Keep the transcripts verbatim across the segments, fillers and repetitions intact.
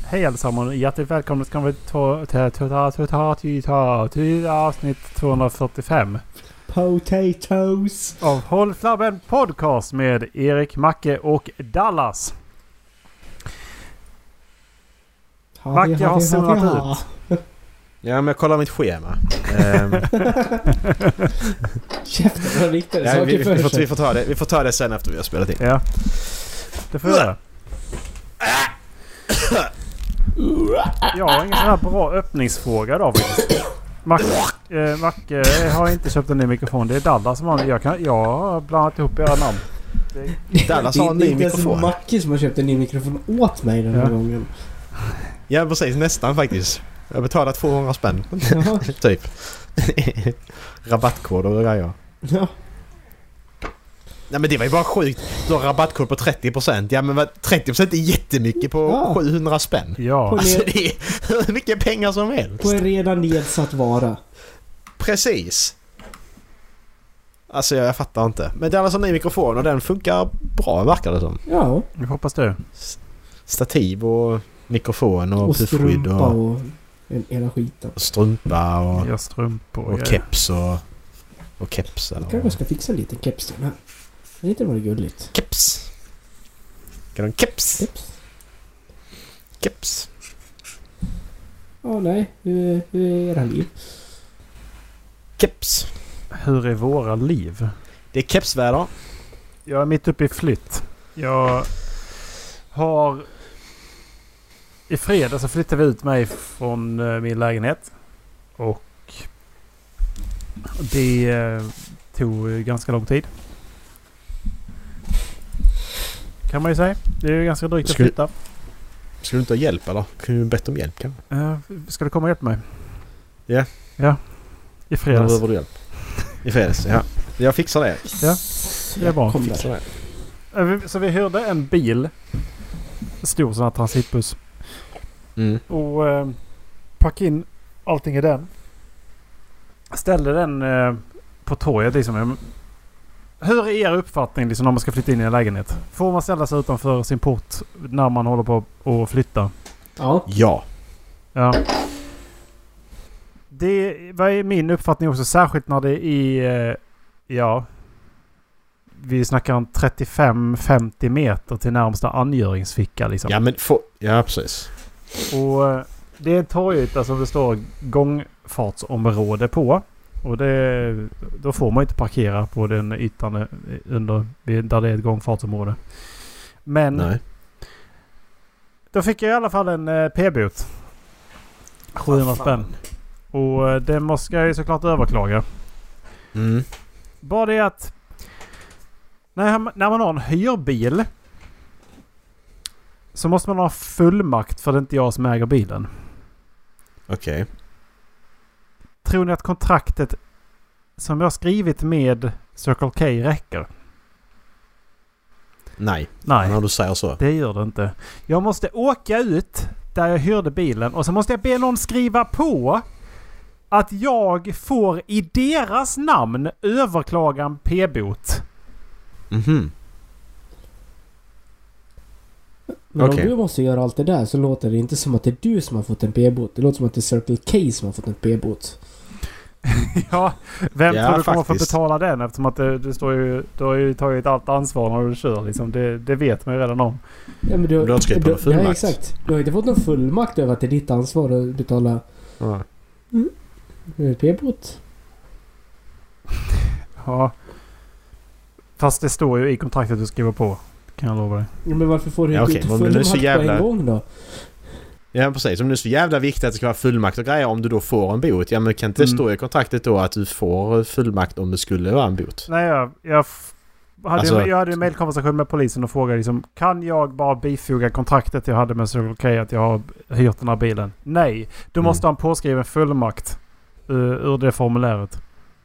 Hej allesammans, hjärtligt välkomna ska vi ta till till avsnitt tvåhundrafyrtiofem Potatoes av Håll Flabben podcast med Erik, Macke och Dallas. Macke har zonat ut. Ja, men jag kollar mitt schema. Käften har riktade ja, saker vi, vi, för vi, får, sig. vi, får ta det, vi får ta det sen efter vi har spelat in. Ja, det får vi göra. Jag har ingen sån här bra öppningsfråga då faktiskt. Macke, eh, Macke har inte köpt en ny mikrofon. Det är Dallas som har. Jag, kan, jag har blandat ihop era namn. Det, Dallas har en ny mikrofon. Det är inte Macke som har köpt en ny mikrofon åt mig den här ja. gången. Ja, precis. Nästan faktiskt. Jag betalar tvåhundra spänn. typ. Rabattkoder och grejer. Ja. Nej, men det var ju bara sjukt. Du har rabattkod på trettio procent. Ja, men trettio procent är jättemycket på ja. sjuhundra spänn. Ja. Alltså det är hur mycket pengar som helst. På en redan nedsatt vara. Precis. Alltså jag, jag fattar inte. Men det är alltså en ny mikrofon och den funkar bra, verkar det som. Ja. Jag hoppas det. Stativ och mikrofon och, och puffskydd och, och hela skiten. Och strumpa och, ja, strumpor, och ja. keps och, och keps. Eller jag kanske ska fixa en liten keps till den här. Det är inte bara gulligt. Keps. Kan du en keps? Keps. Keps. Ja, oh, nej. Hur, hur är era liv? Keps. Hur är våra liv? Det är kepsväder. Jag är mitt uppe i flytt. Jag har... I fredag så flyttade vi ut mig från uh, min lägenhet. Och det uh, tog ganska lång tid. Kan man ju säga. Det är ju ganska drygt att flytta. Ska du inte ha hjälp eller? Kan du bett om hjälp kan du? Uh, ska du komma och hjälpa mig? Ja. Yeah. Ja. I fredags. Då behöver du hjälp. I fredags, ja. Jag fixar det. Ja, det är bra. Fixar det. Uh, så vi hörde en bil. Stor sån här transitbuss. Mm. Och uh, packade in allting i den. Ställde den uh, på torget liksom. Hur är er uppfattning liksom, när man ska flytta in i en lägenhet? Får man ställa sig utanför sin port när man håller på att flytta? Ja. Ja. Ja. Det var min uppfattning också, särskilt när det är, ja, vi snackar om trettiofem till femtio meter till närmsta angöringsficka liksom. Ja, men få, ja, precis. Och det är en torgyta som det står gångfartsområde på. Och det, då får man inte parkera på den ytan under, där det är ett gångfartsområde. Men nej. Då fick jag i alla fall en eh, p-bot. sjuhundra spänn. Och eh, det måste jag ju såklart överklaga. Mm. Bara det att när, när man har en hyrbil så måste man ha fullmakt för det är inte jag som äger bilen. Okej. Okay. Tror ni att kontraktet som jag har skrivit med Circle K räcker? Nej. Nej. När du säger så. Det gör det inte. Jag måste åka ut där jag hyrde bilen och så måste jag be någon skriva på att jag får i deras namn överklaga en p-bot. Mhm. Men okay. om du måste göra allt det där så låter det inte som att det är du som har fått en p-bot. Det låter som att det är Circle K som har fått en p-bot. Ja, vem ja, tror du kommer faktiskt. få betala den? Eftersom att det, det står ju, du har ju tagit allt ansvar när du kör. Liksom. Det, det vet man ju redan om. Ja, men du, du har skrivit på någon fullmakt. Ja, exakt. Du har inte fått någon fullmakt över att det är ditt ansvar att betala ja. mm. p-bot. Ja. Fast det står ju i kontraktet att du skriver på. Kan jag lova dig. Ja, men varför får du ja, inte okay. fullmakt men så jävla... på en gång då? Ja, precis. Om det är så jävla viktigt att det ska vara fullmakt och grejer om du då får en bot. Ja, men kan inte mm. stå i kontraktet då att du får fullmakt om det skulle vara en bot? Nej, jag, jag, f- hade, alltså, jag hade en mejlkonversation med polisen och frågade liksom, kan jag bara bifoga kontraktet jag hade med Circle K att jag har hyrt den här bilen? Nej, du måste mm. ha en påskriven fullmakt uh, ur det formuläret.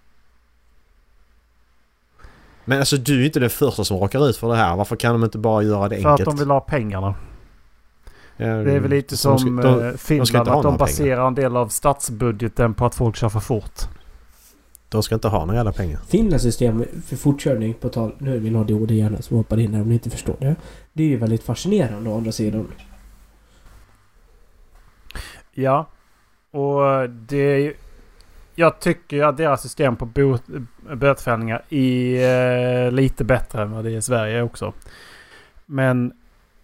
Men alltså du är inte den första som råkar ut för det här. Varför kan de inte bara göra det för enkelt? För att de vill ha pengarna. Ja, det är väl lite som ska, de, Finland, de att de baserar pengar. en del av statsbudgeten på att folk kör för fort. De ska inte ha några jävla pengar. Finlands system för fortkörning på tal... Nu är min A D H D-hjärna som hoppar in här om ni inte förstår det. Det är ju väldigt fascinerande å andra sidan. Ja. Och det... Jag tycker ju att deras system på bot, bötfällningar är eh, lite bättre än vad det är i Sverige också. Men...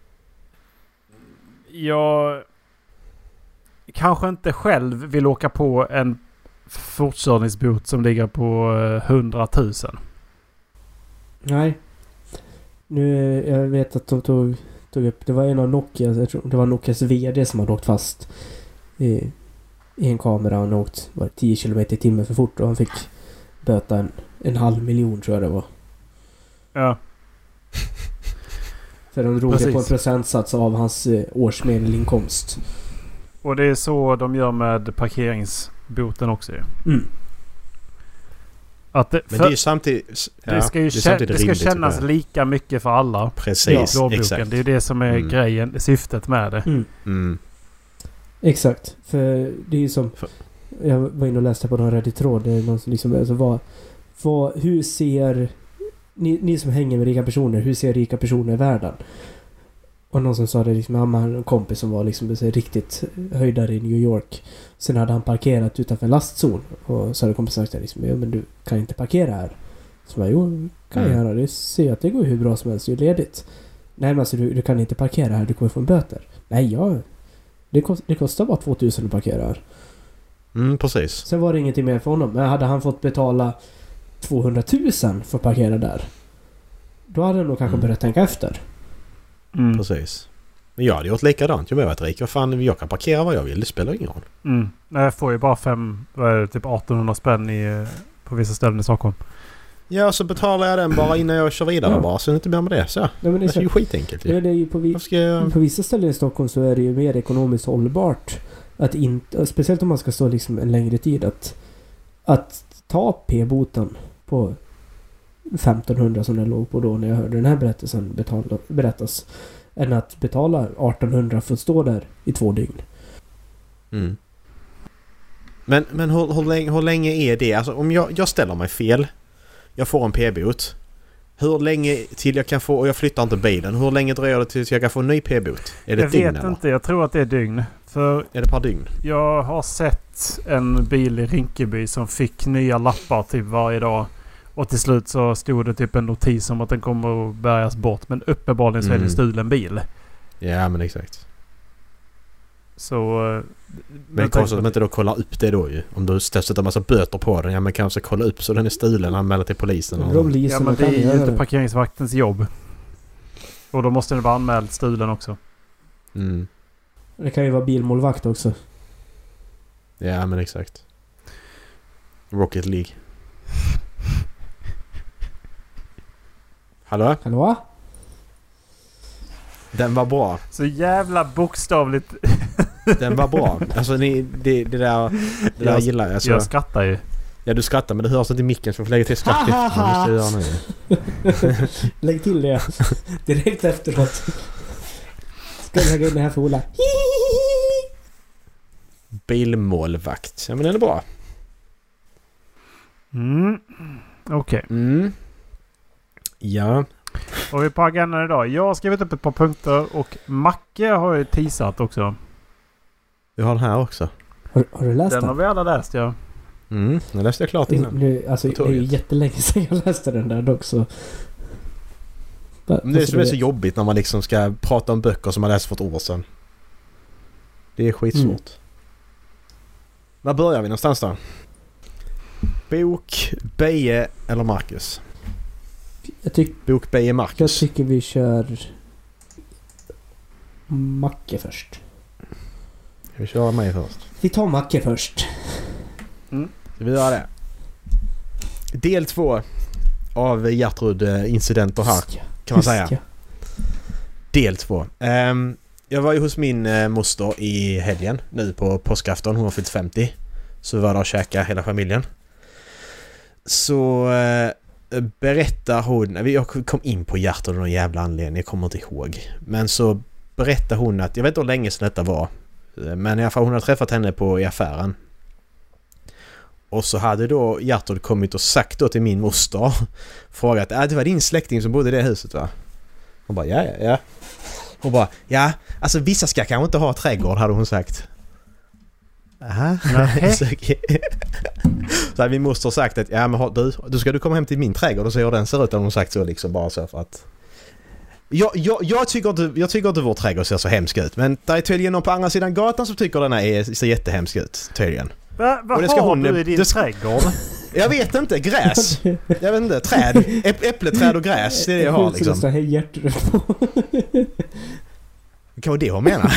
Jag... kanske inte själv vill åka på en fortkörningsbot som ligger på hundratusen. Nej. Nu, jag vet att de tog, tog upp... Det var en av Nokia, jag tror det var Nokias vd som hade åkt fast i, i en kamera. Han åkt var det, tio kilometer i timmen för fort och han fick böta en, en halv miljon tror jag det var. Ja. För de drog Precis. det på en procentsats av hans eh, årsmedelinkomst. Och det är så de gör med parkeringsboten också ju. Mm. Att det, Men det är ju samtidigt... Ja, det ska ju det är samtidigt det ska rimligt, kännas tycker jag. lika mycket för alla. Precis, Ja, exakt. det är ju det som är Mm. grejen, syftet med det. Mm. Mm. Exakt. För det är ju som... För- Jag var inne och läste på någon Reddit-tråd. Det är någon som liksom... Alltså vad, vad, hur ser... Ni, ni som hänger med rika personer, hur ser rika personer i världen? Och någon som sa det liksom... Han hade en kompis som var liksom så, riktigt höjdare i New York. Sen hade han parkerat utanför en lastzon. Och så hade kompisen sagt liksom... Ja, men du kan inte parkera här. Så jag jo, kan jag Mm. göra. Det ser att det går hur bra som helst. Det är ledigt. Nej, men alltså du, du kan inte parkera här. Du kommer få en böter. Nej, jag... Det, kost, det kostar bara tvåtusen att parkera här. Mm, precis. Sen var det ingenting mer för honom. Men hade han fått betala tvåhundratusen för att parkera där, då hade han nog kanske Mm. börjat tänka efter. Mm. Precis. Men jag hade gjort likadant. Jag har varit rik. Vad fan, jag kan parkera vad jag vill. Det spelar ingen roll. Mm. Nej, jag får ju bara fem, vad är det, typ artonhundra spänn i, på vissa ställen i Stockholm. Ja, så betalar jag den bara innan jag kör vidare Ja. bara. Så är det inte mer med det. Så. Nej, men det Det är är så, ju skitenkelt. det Ju. är det ju på, vi, Varför ska jag... på vissa ställen i Stockholm så är det ju mer ekonomiskt hållbart att inte, speciellt om man ska stå liksom en längre tid, att, att ta p-boten på femtonhundra som den låg på då när jag hörde den här berättelsen betala, berättas, än att betala artonhundra för att stå där i två dygn. Mm. Men, men hur, hur, länge, hur länge är det? Alltså om jag, jag ställer mig fel, jag får en p-bot. Hur länge till jag kan få, och jag flyttar inte bilen, hur länge dröjer det tills jag kan få en ny p-bot? Är det Jag ett dygn vet eller? inte, jag tror att det är dygn. För Är det per dygn? jag har sett en bil i Rinkeby som fick nya lappar typ varje dag. Och till slut så stod det typ en notis om att den kommer att bärgas bort. Men uppenbarligen så är det en Mm. stulen bil. Ja, men exakt. Så... eh, Men jag konstigt tänker- att man inte då kollar upp det då ju. Om du sätter en massa böter på den, ja men kanske kolla upp så den är stulen och anmäla till polisen. Och De Ja, men det är ju göra inte det. parkeringsvaktens jobb. Och då måste den vara anmäld stulen också. mm. Det kan ju vara bilmålvakt också. Ja, men exakt. Rocket League. Hallå? Hallå? Den var bra. Så jävla bokstavligt. Den var bra. Alltså ni, det, det där, det där Jag- gillar jag. Alltså, Jag skrattar ju. ja, du skrattar men det hörs inte i micken så jag får lägga till skratt efter. Det måste jag göra nu. Lägg till det direkt efteråt. Ska jag lägga in det här för Ola? Bilmålvakt. Ja, men den är bra. Mm. Okej. Mm. Ja. Och vi är på agendan idag. Jag har skrivit upp ett par punkter och Macke har ju teasat också. Vi har den här också. Har, har du läst Den har den? vi alla läst, ja. Mm. Den läste jag klart innan. Nu, alltså, På det är ju tåget. jättelänge sedan jag läste den där dock så... Ba- Men det är alltså, som är så jobbigt när man liksom ska prata om böcker som man läst för ett år sedan. Det är skitsvårt. Mm. Var börjar vi någonstans då? Bok, Beje eller Marcus? Jag, tyck, Bok, Beje, jag Marcus. tycker vi kör... Macke först. Vi kör mig först. Vi tar Macke först. Ska vi göra det? Del två av Gertrud eh, incidenter här kan man säga. Ja. Del två. Um, jag var ju hos min uh, moster i helgen nu på påskafton. Hon har fyllt femtio. Så vi var där och käkade hela familjen. Så uh, berättar hon... Jag kom in på Gertrud av någon jävla anledning. Jag kommer inte ihåg. Men så berättar hon att... Jag vet inte hur länge sedan detta var. Men i alla fall hon hade träffat henne på i affären. Och så hade då Gertrud kommit och sagt då till min moster. Frågat, äh, det var din släkting som bodde i det huset va? Hon bara, ja, ja, ja. Hon bara, ja, alltså vissa ska kanske inte ha trädgård, hade hon sagt. Aha. så, så här, min moster har sagt att ja, men har, du, du ska du komma hem till min trädgård och se hur den ser ut. Har hon sagt så liksom bara så för att... Jag, jag, jag, tycker inte, jag tycker inte vår trädgård ser så hemsk ut. Men det är tydligen någon på andra sidan gatan som tycker den är, ser jättehemsk ut. Tydligen. Va, vad har hon, du i din det, trädgård? Jag vet inte. Gräs. Jag vet inte. Träd. Äpp, äppleträd och gräs. Det är det jag har liksom. Det är hjärtat på. Vad var det hon menar?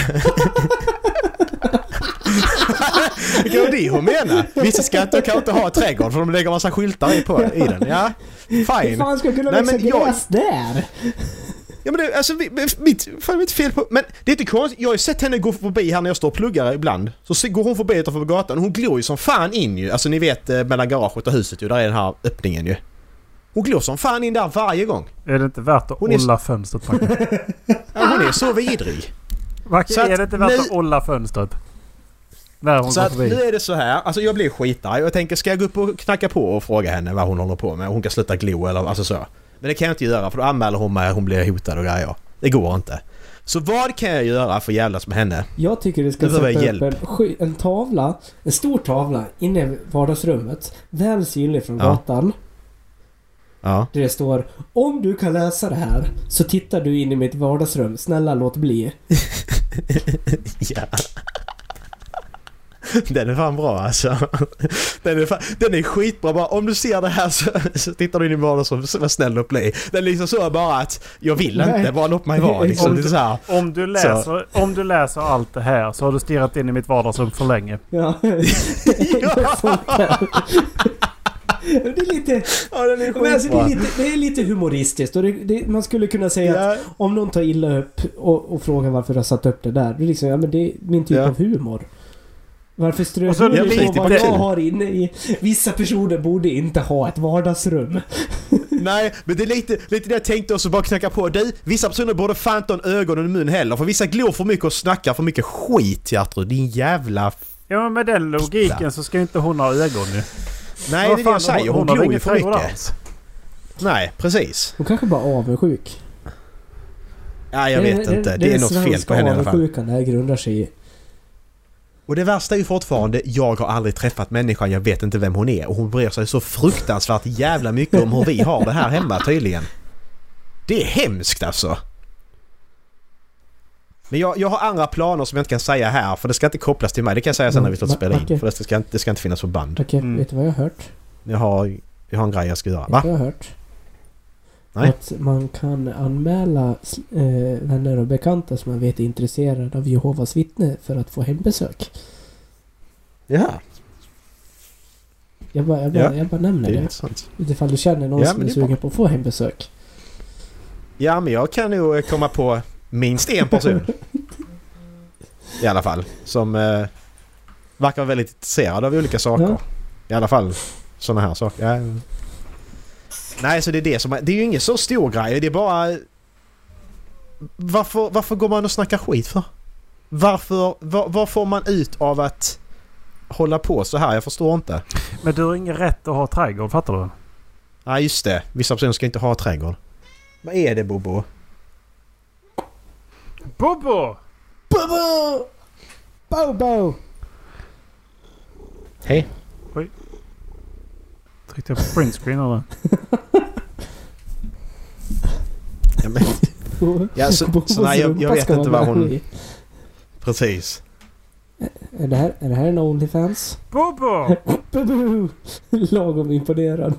Vad var det hon menar? Vissa skatter kan inte ha trädgård för de lägger massa skyltar i, på, i den. Ja, fine. Hur fan ska jag kunna växa gräs jag... där? Ja men det, alltså mitt, fan mitt fel på, men det är inte konstigt, jag har ju sett henne gå förbi här när jag står och pluggar ibland, så går hon förbi utanför gatan och hon glor ju som fan in ju, alltså ni vet mellan garaget och huset ju, där är den här öppningen ju. Hon glor som fan in där varje gång. Är det inte värt att hon olla är... fönstret? Ja, hon är så vidrig. Varför är det inte värt nu... att olla fönstret? När hon så går att förbi. Nu är det så här, alltså jag blir skitare. Jag tänker, ska jag gå upp och knacka på och fråga henne vad hon håller på med? Hon kan sluta glo eller alltså så. Men det kan jag inte göra för då anmäler hon mig, hon blir hotad och grejer. Det går inte. Så vad kan jag göra för jävlas med henne? Jag tycker det ska sätta upp en, en tavla, en stor tavla inne i vardagsrummet, väl synlig från ja. gatan. Ja. Där det står, om du kan läsa det här så tittar du in i mitt vardagsrum. Snälla låt bli. Ja. Den är fan bra alltså. Den är, fan, den är skitbra. Bara, om du ser det här så, så tittar du in i vardagsrummet så var snäll och bli. Den är liksom så bara att jag vill inte, Nej. bara låt mig vara. Liksom. Om, du, det är så här. Om, du läser, om du läser allt det här så har du stirrat in i mitt vardagsrum för länge. Ja. ja. Det är lite, ja, den är men alltså, det, är lite det är lite humoristiskt och det, det, man skulle kunna säga ja. att om någon tar illa upp och, och frågar varför du har satt upp det där, det är liksom, ja men det är min typ ja. av humor. Varför strösar du på vad jag har inne i? Vissa personer borde inte ha ett vardagsrum. Nej, men det är lite, lite det jag tänkte också bara knacka på. Du, vissa personer borde fan inte ha ögon och mun heller. För vissa glor för mycket och snackar för mycket skit, Gertrud. Din jävla... Ja, men med den logiken så ska inte hon ha ögon nu. Nej, det är det jag säger. Hon, hon glor ju för mycket. Alls. Nej, precis. Hon kanske bara avundsjuk. Ja, jag vet det, inte. Det, det, det är något fel på henne i alla fall. Avundsjukan det här grundar sig i. Och det värsta är ju fortfarande, jag har aldrig träffat människan, jag vet inte vem hon är. Och hon bryr sig så fruktansvärt jävla mycket om hur vi har det här hemma tydligen. Det är hemskt alltså. Men jag, jag har andra planer som jag inte kan säga här, för det ska inte kopplas till mig. Det kan jag säga sen när vi slutar spela in, för det ska, inte, det ska inte finnas på band. Okej, mm. vet du vad jag har hört? Jag har, jag har en grej jag ska göra. Va? Jag har hört. Nej. Att man kan anmäla eh, vänner och bekanta som man vet är intresserade av Jehovas vittne för att få hembesök. Ja. Jag bara, jag bara, ja, jag bara nämner det. det. Utifall du känner någon ja, som är sugen bara... på att få hembesök. Ja, men jag kan nog komma på minst en person. I alla fall. Som eh, verkar väldigt intresserad av olika saker. Ja. I alla fall sådana här saker. Ja. Nej, så det är det som... Det är ju ingen så stor grej. Det är bara... Varför, varför går man och snackar skit för? Varför... Vad, vad får man ut av att hålla på så här? Jag förstår inte. Men du har ingen rätt att ha trädgård, fattar du? Nej, just det. Vissa personer ska inte ha trädgård. Vad är det, Bobo? Bobo! Bobo! Bobo! Hej. Oj. Tryckte jag på printscreen eller? Ja, men... Ja, så, så nej, jag, jag vet inte vad hon... Precis. Är det här, är det här en OnlyFans? Bobo! Bobo! Lagom imponerad.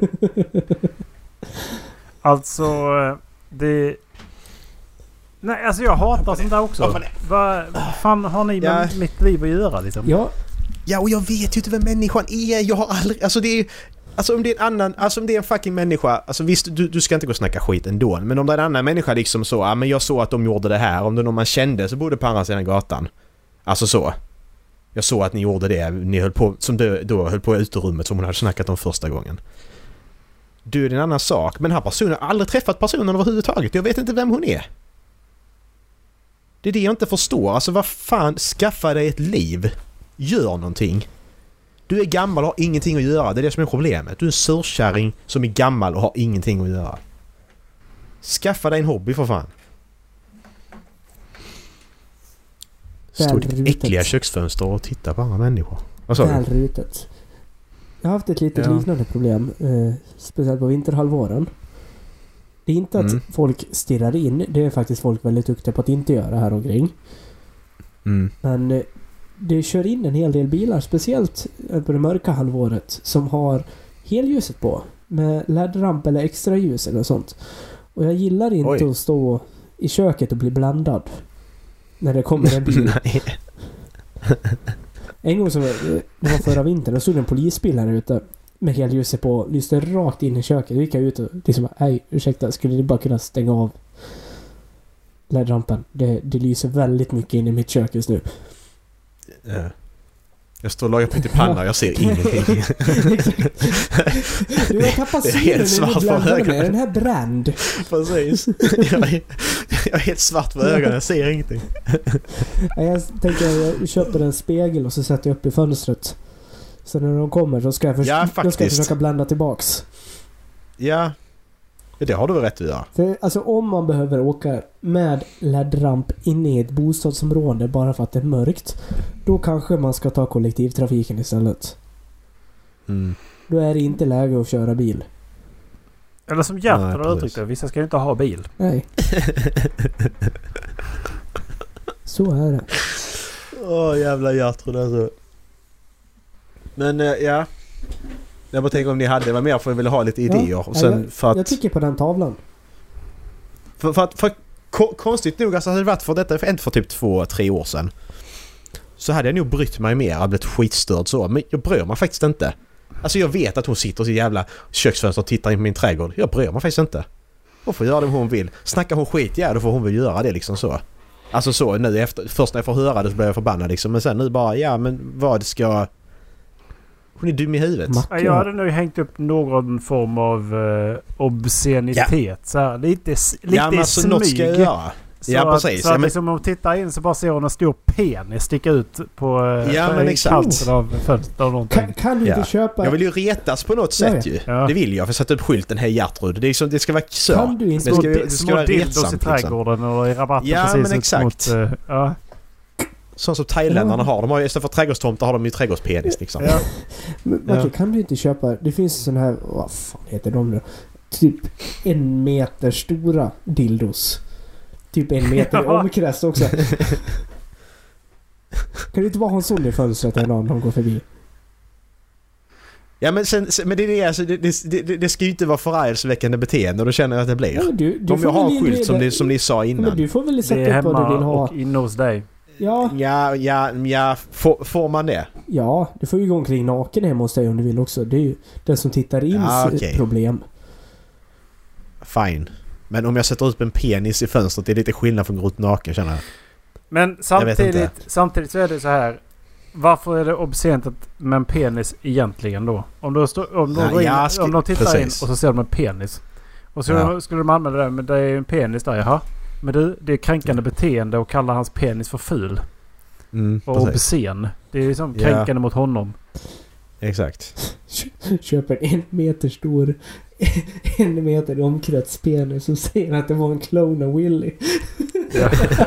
Alltså, det... Nej, alltså jag hatar sånt där också. Vad fan har ni med ja. mitt liv att göra liksom? Ja. Ja, och jag vet ju inte vem människan är. Jag har aldrig... Alltså det är... Alltså om det är en annan... Alltså om det är en fucking människa... Alltså visst, du, du ska inte gå och snacka skit ändå. Men om det är en annan människa liksom så... Ja, men jag såg att de gjorde det här. Om det är någon man kände så bodde på andra sidan gatan. Alltså så. Jag såg att ni gjorde det. Ni höll på... Som då, då höll på i uterummet som hon hade snackat om första gången. Du, är det en annan sak. Men den här personen har aldrig träffat personen överhuvudtaget. Jag vet inte vem hon är. Det är det jag inte förstår. Alltså vad fan, skaffa dig ett liv. Gör någonting. Du är gammal och har ingenting att göra. Det är det som är problemet. Du är en surkärring som är gammal och har ingenting att göra. Skaffa dig en hobby för fan. Stod ditt äckliga köksfönster och tittade på andra människor. Vad sa Väl du? rutet. Jag har haft ett litet Ja. liknande problem. Eh, speciellt på vinterhalvåren. Det är inte att Mm. folk stirrar in. Det är faktiskt folk väldigt duktiga på att inte göra här omkring. Mm. Men eh, det kör in en hel del bilar. Speciellt eh, på det mörka halvåret. Som har helljuset på. Med L E D-ramp eller extra ljus eller sånt. Och jag gillar inte Oj. att stå i köket och bli blandad. När det kommer en bil. Nej. En gång så det var förra vintern, då stod en polisbil här ute med helljuset på, lyste rakt in i köket. Då gick jag ut och liksom, nej, ursäkta, skulle ni bara kunna stänga av L E D-rampen? Det, det lyser väldigt mycket in i mitt kök just nu. Ja. Jag står och lagar pyttipanna och jag ser ingenting. Du har tappat Det är synen helt när svart du för blandar ögonen. med den här brand. Precis. Jag är, jag är helt svart för ögonen, jag ser ingenting. Nej, jag tänker jag köper en spegel och så sätter jag upp i fönstret. Så när de kommer så ska jag, förs- Ja, då ska jag faktiskt. försöka blanda tillbaks. Ja, det har du väl rätt att göra. För alltså om man behöver åka med L E D-ramp inne i ett bostadsområde bara för att det är mörkt, då kanske man ska ta kollektivtrafiken istället. Mm. Då är det inte läge att köra bil. Eller som Gert Nej, har precis. uttryckt det. Vissa ska ju inte ha bil. Nej. Så är det. Åh, jävla Gertrud alltså. Men äh, ja. Jag bara tänker om ni hade, vad mer för att vilja ha lite idéer. Ja, Och sen jag, för att... jag tycker på den tavlan. För, för, att, för ko- konstigt nog, alltså hade det varit för detta för, för typ två, tre år sedan. Så hade jag nog brytt mig mer, hade blivit skitstörd så. Men jag bryr mig faktiskt inte. Alltså jag vet att hon sitter i sitt jävla köksfönster och tittar in på min trädgård. Jag bryr mig faktiskt inte. Hon får göra det hon vill. Snackar hon skit, ja då får hon väl göra det liksom så. Alltså så nu efter, först när jag får höra det så blir jag förbannad liksom. Men sen nu bara, ja men vad ska... Hon är dum i huvudet. Macka. Ja, jag hade nog hängt upp någon form av uh, obscenitet. Ja. Så här, lite, s- lite Ja men i alltså smyg. något ska jag göra. Så Ja, att, precis. så Ja, att men- liksom, om man tittar in så bara ser hon en stor penis sticka ut på uh, Ja, på men i exakt. kanten av fönstret av någonting. Kan, kan du inte Ja. köpa... Jag vill ju retas på något Ja, sätt ja. ju. Ja. Det vill jag för att sätta upp skylten Hej Gertrud. Det, är liksom, det ska vara så. Kan du inte... Det ska, Små, det ska små vara dildos i retsamt liksom. trädgården eller i rabatten Ja, precis men ut exakt. mot... Uh, ja. Sånt som thailändarna har. De har ju istället för trädgårdstomtar har de ju trädgårdspenis liksom. Ja. Men, Martin, Ja. kan du inte köpa... Det finns sån här... Vad fan heter de nu? Typ en meter stora dildos. Typ en meter i Ja. omkrets också. Kan du inte bara ha en sån i fönstret en dag när de går förbi? Ja men, sen, sen, men det, är det, alltså, det, det, det, det ska ju inte vara förargelseväckande beteende och då känner jag att det blir. Ja, du, du Om får jag har väl en skylt inreda- som ni, som ni sa Ja, men innan. du får väl Det sätta är upp vad du vill hemma ha. och inne hos dig. Ja, Ja, ja, ja får, får man det? ja, du får ju gå omkring naken hemma hos dig om du vill också. Det är ju den som tittar in Ja, okej. problem. Fine. Men om jag sätter upp en penis i fönstret, det är lite skillnad från grot naken känner jag. Men vet samtidigt, inte. samtidigt så är det så här. Varför är det obscent att- med en penis egentligen då? Om, du stå, om, de, Ja, går in, jag ska- om de tittar precis. in och så ser de en penis. Och så Ja. skulle de anmäla det, men det är en penis där, jaha. Men du, det är kränkande beteende att kalla hans penis för ful. Mm, Och precis. obscen. Det är liksom Ja. kränkande mot honom. Exakt. Köper en meter stor en meter omkretspenis och säger att det var en clone av Willy. Ja.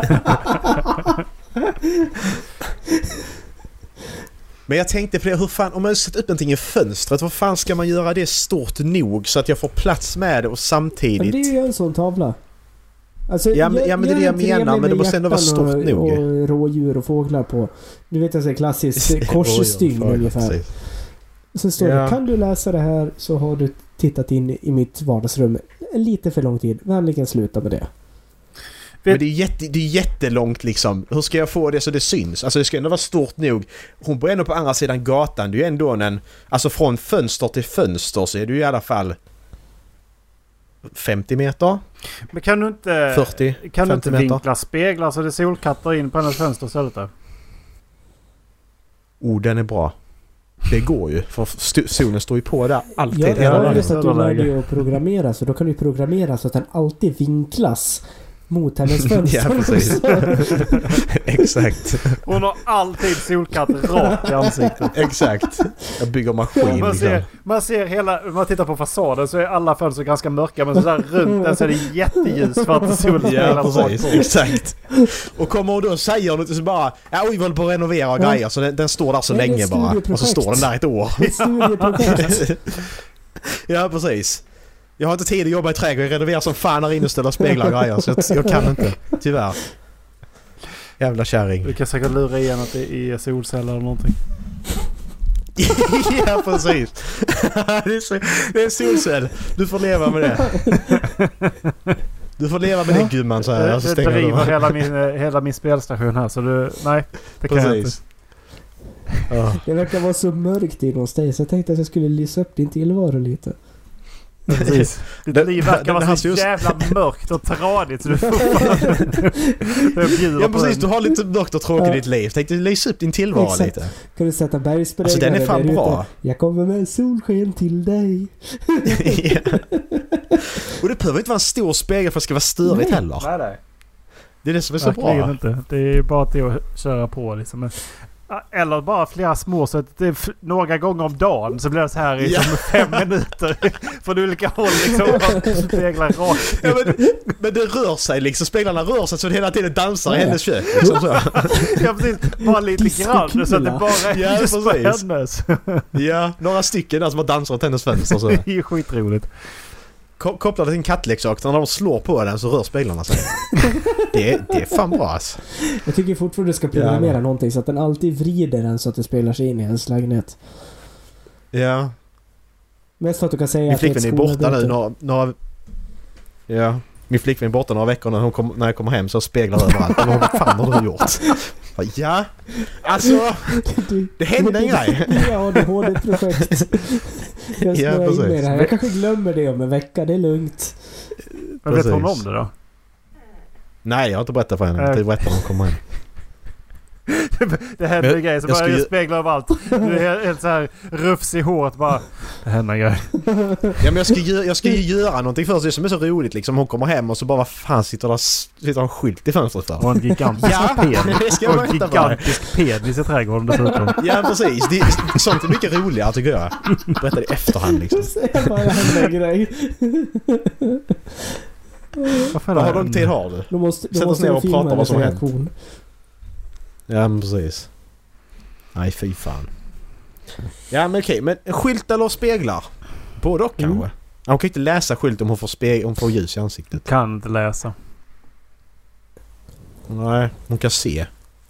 Men jag tänkte på det, hur fan, om man sätter upp någonting i fönstret, vad fan ska man göra det stort nog så att jag får plats med det och Men samtidigt... det är ju en sån tavla. Alltså, Ja, men- gör- ja, men det är gör det en jag menar, trevlig men det med måste ändå vara hjärtan stort och, nog. Och rådjur och fåglar på. Du vet alltså klassiskt korsstygn Oj, oj, oj, ungefär. precis. Sen står Ja. det, kan du läsa det här så har du tittat in i mitt vardagsrum lite för lång tid. Vänligen sluta med det. Men det är, jätte, det är jättelångt liksom. Hur ska jag få det så det syns? Alltså det ska ändå vara stort nog. Hon bor ändå på andra sidan gatan. Det är ju ändå en... Alltså från fönster till fönster så är det ju i alla fall... femtio meter? Men kan du inte, fyrtio? kan du inte femtio meter? vinkla speglar så det solkattar in på hennes fönster istället där? Oh, den är bra. Det går ju. För st- solen står ju på där alltid. Jag hela hör vägen. just att du Söderläge. lärde dig att programmera så då kan du programmera så att den alltid vinklas mot hennes fönster. Ja, precis. Exakt. Hon har alltid solkatten rakt i ansiktet. Exakt. Jag bygger maskin. Man ser, liksom. man ser hela, om man tittar på fasaden så är alla fönster ganska mörka, men så där runt den så är det jätteljus för att solen Ja, spelar precis. rakt på. Exakt. Och kommer hon då och säger något så bara, ja, oj, vi håller på att renovera och grejer, så den, den står där så Nej, det är länge bara. Och så studieprojekt. står den där ett år. Ett studieprojekt. Ja, precis. Jag har inte tid att jobba i trädgården. Jag renoverar som fan här inne och ställer speglar och grejer. Så jag, jag kan inte. Tyvärr. Jävla kärring. Du kan säkert lura igen att det är solceller eller någonting. Ja, precis. Det är, så, det är en solcell. Du får leva med det. Du får leva med det, gumman, så här. Det, Så det stänger driver du. hela min, hela min spelstation här, så du, nej, det kan jag inte. Precis. Ja. Det verkar vara så mörkt in hos dig så jag tänkte att jag skulle lysa upp din tillvaro lite. Precis. Ditt Det- liv verkar det- vara det så här just- jävla mörkt och tradigt så du får jag bjuder Ja, på precis. Du den. har lite mörkt och tråkigt i Ja. ditt liv. Tänkte lysa upp din tillvaro Exakt. lite. Kan du sätta bergsspeglare Alltså, den är fan där ute? bra. Jag kommer med solsken till dig. Ja. Och det behöver inte vara en stor spegel för att det ska vara störigt Nej. heller. Nej, nej. Det är det som är så Verkligen bra. inte. Det är bara till att köra på liksom. Men- Eller bara flera små så att det är f- några gånger om dagen så blir det så här i Ja. som fem minuter från olika håll liksom. Och speglar rakt. Ja, men, men det rör sig liksom. Speglarna rör sig så det hela tiden dansar i hennes kök. Liksom så. Ja, precis. Bara lite grann så att det bara är Ja, just på precis. hennes. Ja, några stycken där som har dansat åt hennes fönster. Så. Det är ju skitroligt. Ko- Kopplar det till en kattleksak, när de slår på den så rör speglarna sig. Det är, det är fan bra alltså. Jag tycker fortfarande du ska programmera Ja. någonting så att den alltid vrider den så att det spelar sig in i ens lägenhet. Ja. Mest för att du kan säga Min att det är ett flickvän är borta nu skolarbete. några, några... Ja. Min flickvän är borta några veckor när, hon kom, när jag kommer hem så speglar överallt. Och vad fan har du gjort? Bara, ja, alltså Du- det hände en grej. Ja, det är H D-projekt. Jag Ja, snöar in precis. mig i det här. Jag kanske glömmer det om en vecka, det är lugnt. Men vet hon Precis. om det då? Nej, jag har inte berättat för henne. Jag har inte berättat när hon kommer hem. Det händer Men grejer så jag bara skulle- jag speglar överallt. Du är helt, helt så här rufs i håret bara. Det händer grejer. Ja, men jag ska, ju, jag ska ju göra någonting först. Det som är så roligt liksom. Hon kommer hem och så bara, vad fan sitter där sitter en skylt i fönstret för? Och en gigantisk Ja, penis. det ska jag Och en berätta för dig. gigantisk penis i trädgården dessutom. Ja, precis. Det, sånt är mycket roligare tycker jag. Berätta det i efterhand liksom. Jag bara händer grej. Vad fan Vad är har lång det? tid har du? Då måste, då Sätt oss måste ner du och filma prata om vad som har hennes hänt. reaktion. Ja, men precis. Nej, fy fan. Ja, men okej. Men skylt eller speglar? Både och Mm. kanske. Ja, hon kan ju inte läsa skylt om hon får, speg- om hon får ljus i ansiktet. Kan inte läsa. Nej, hon kan se.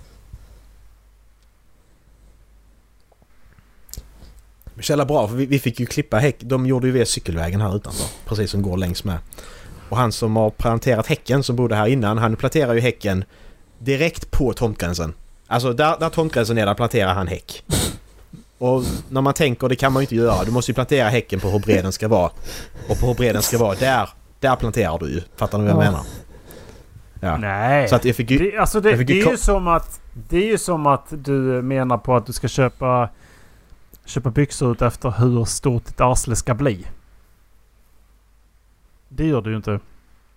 Det är så jävla bra, för vi, vi fick ju klippa häck. De gjorde ju vid cykelvägen här utanför. Precis, som går längs med. Och han som har planterat häcken, som bodde här innan, han planterar ju häcken direkt på tomtgränsen. Alltså där, där tomtgränsen är, där planterar han häck. Och när man tänker, det kan man ju inte göra. Du måste ju plantera häcken på hur bred den ska vara. Och på hur bred den ska vara, där, där planterar du ju. Fattar ni vad jag Ja. menar? Ja. Nej. Så att jag fick ju... Det, alltså det, jag fick det ju är ko- ju som att det är ju som att du menar på att du ska köpa köpa byxor ut efter hur stort ditt arsle ska bli. Det gör du ju inte.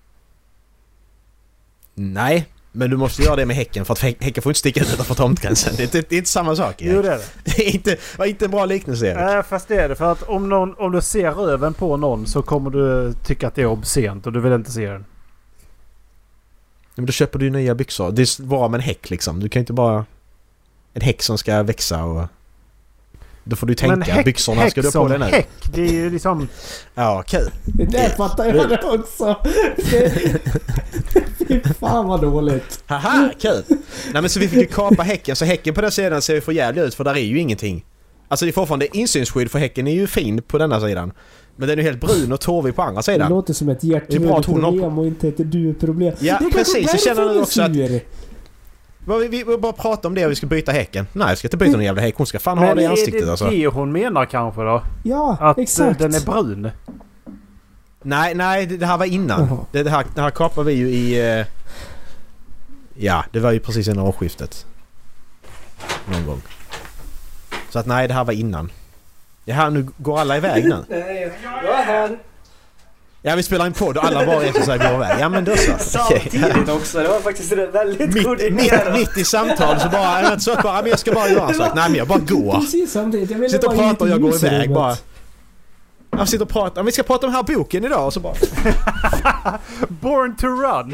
Nej, men du måste göra det med häcken för att häck- häcken får inte sticka ut utanför tomtgränsen. Det är inte, det är inte samma sak. Erik. Jo, det är det. Det är inte, var inte en bra liknelse, Erik. Nej, fast det är det. För att om, någon, om du ser röven på någon så kommer du tycka att det är obscent och du vill inte se den. Men då köper du ju nya byxor. Det är bara med en häck liksom. Du kan ju inte bara... En häck som ska växa och... Då får du tänka, häck- byxorna häck ska du ha på som dig nu. häck, det är ju liksom... Ja, kul. Det där fattar jag det också. Det- Fy fan vad dåligt. Haha, kul. Nej, men så vi fick ju kapa häcken. Så häcken på den sidan ser ju för jävligt ut, för där är ju ingenting. Alltså det är fortfarande insynsskydd, för häcken är ju fin på denna sidan. Men den är ju helt brun och torvig på andra Det sidan. låter som ett Det är bra att hon har- hjärtproblem och inte ett du-problem. Ja, Det är kanske precis. Jag känner därför nu du är också att- sur. Vi, vi, vi bara prata om det och vi ska byta häcken. Nej, jag ska inte byta någon jävla häck. Hon ska fan ha det i är ansiktet det alltså. det hon menar kanske då? Ja, Att exakt. eh, den är brun? Nej, nej, det, det här var innan. Jaha. Det, det, här, det här kapade vi ju i... Eh, ja, det var ju precis innan årsskiftet. Någon gång. Så att nej, det här var innan. Det här, nu går alla iväg nu. Nej, jag är här. Ja, vi spelar en podd och alla bara efter sig går iväg. Ja, men då så. Samtidigt också. Det var faktiskt väldigt mitt, koordinerat. mitt, mitt i samtal så bara, jag så bara, men jag ska bara göra en sak. Nej, men jag bara går. Precis samtidigt. Jag Sitter och pratar och jag går iväg bara. Jag sitter och pratar. Vi ska prata om den här boken idag och så bara... Born to run.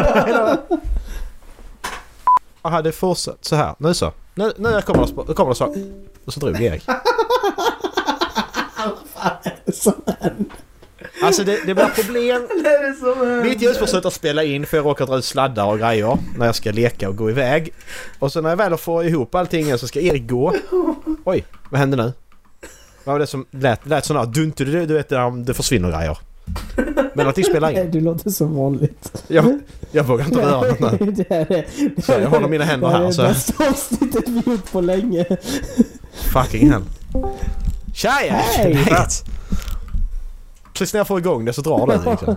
Jag hade fortsatt så här. Nu så. Nu, nu kommer det, nu kommer det så. Och så drog Erik. Alltså det, det blir problem. Mitt ljus får sluta spela in för jag råkar dra ut sladdar och grejer när jag ska leka och gå iväg. Och så när jag väl får ihop allting så ska Erik gå. Oj, vad händer nu? Vad var det som lät, lät sådär? Du, du, du, du vet det, det försvinner grejer. Men allting spelar in. Du låter som vanligt. Jag, jag vågar inte röra något nu. Det är, det är, så jag håller mina händer här. Det är det bästa avsnittet vi gjort på länge. Fucking hell. Tja, hej! Precis när jag får igång det så drar den liksom.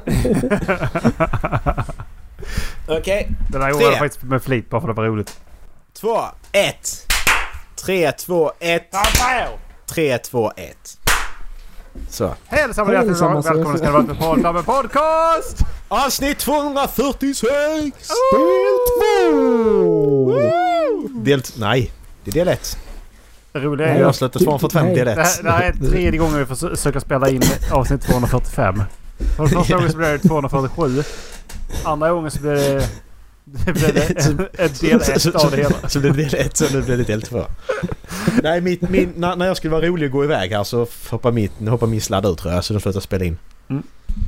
Okej. Okay. Den här gjorde jag faktiskt med flit bara för det var roligt. Två, ett. Tre, två, ett. Tre, två, ett. Så. Hej allesammans, hjärtligt välkomna ska det vara till Podden med podcast! Avsnitt tvåhundrafyrtiosex! Del två! Del... Nej, det är del ett. Det roliga är ju... Jag har slutat tvåhundrafyrtiofem del ett. Det, det här är tredje gången vi försöker spela in avsnitt tvåhundrafyrtiofem. För första gången så blev det tvåhundrafyrtiosju. Andra gången så blev det... Det blev det en, en del ett av det hela. Så blev det del ett, så nu blev det del två. Nej, mitt, min, när, när jag skulle vara rolig och gå iväg här så hoppar, mitt, hoppar min sladd ut tror jag. Så då slutar spela in. Mm.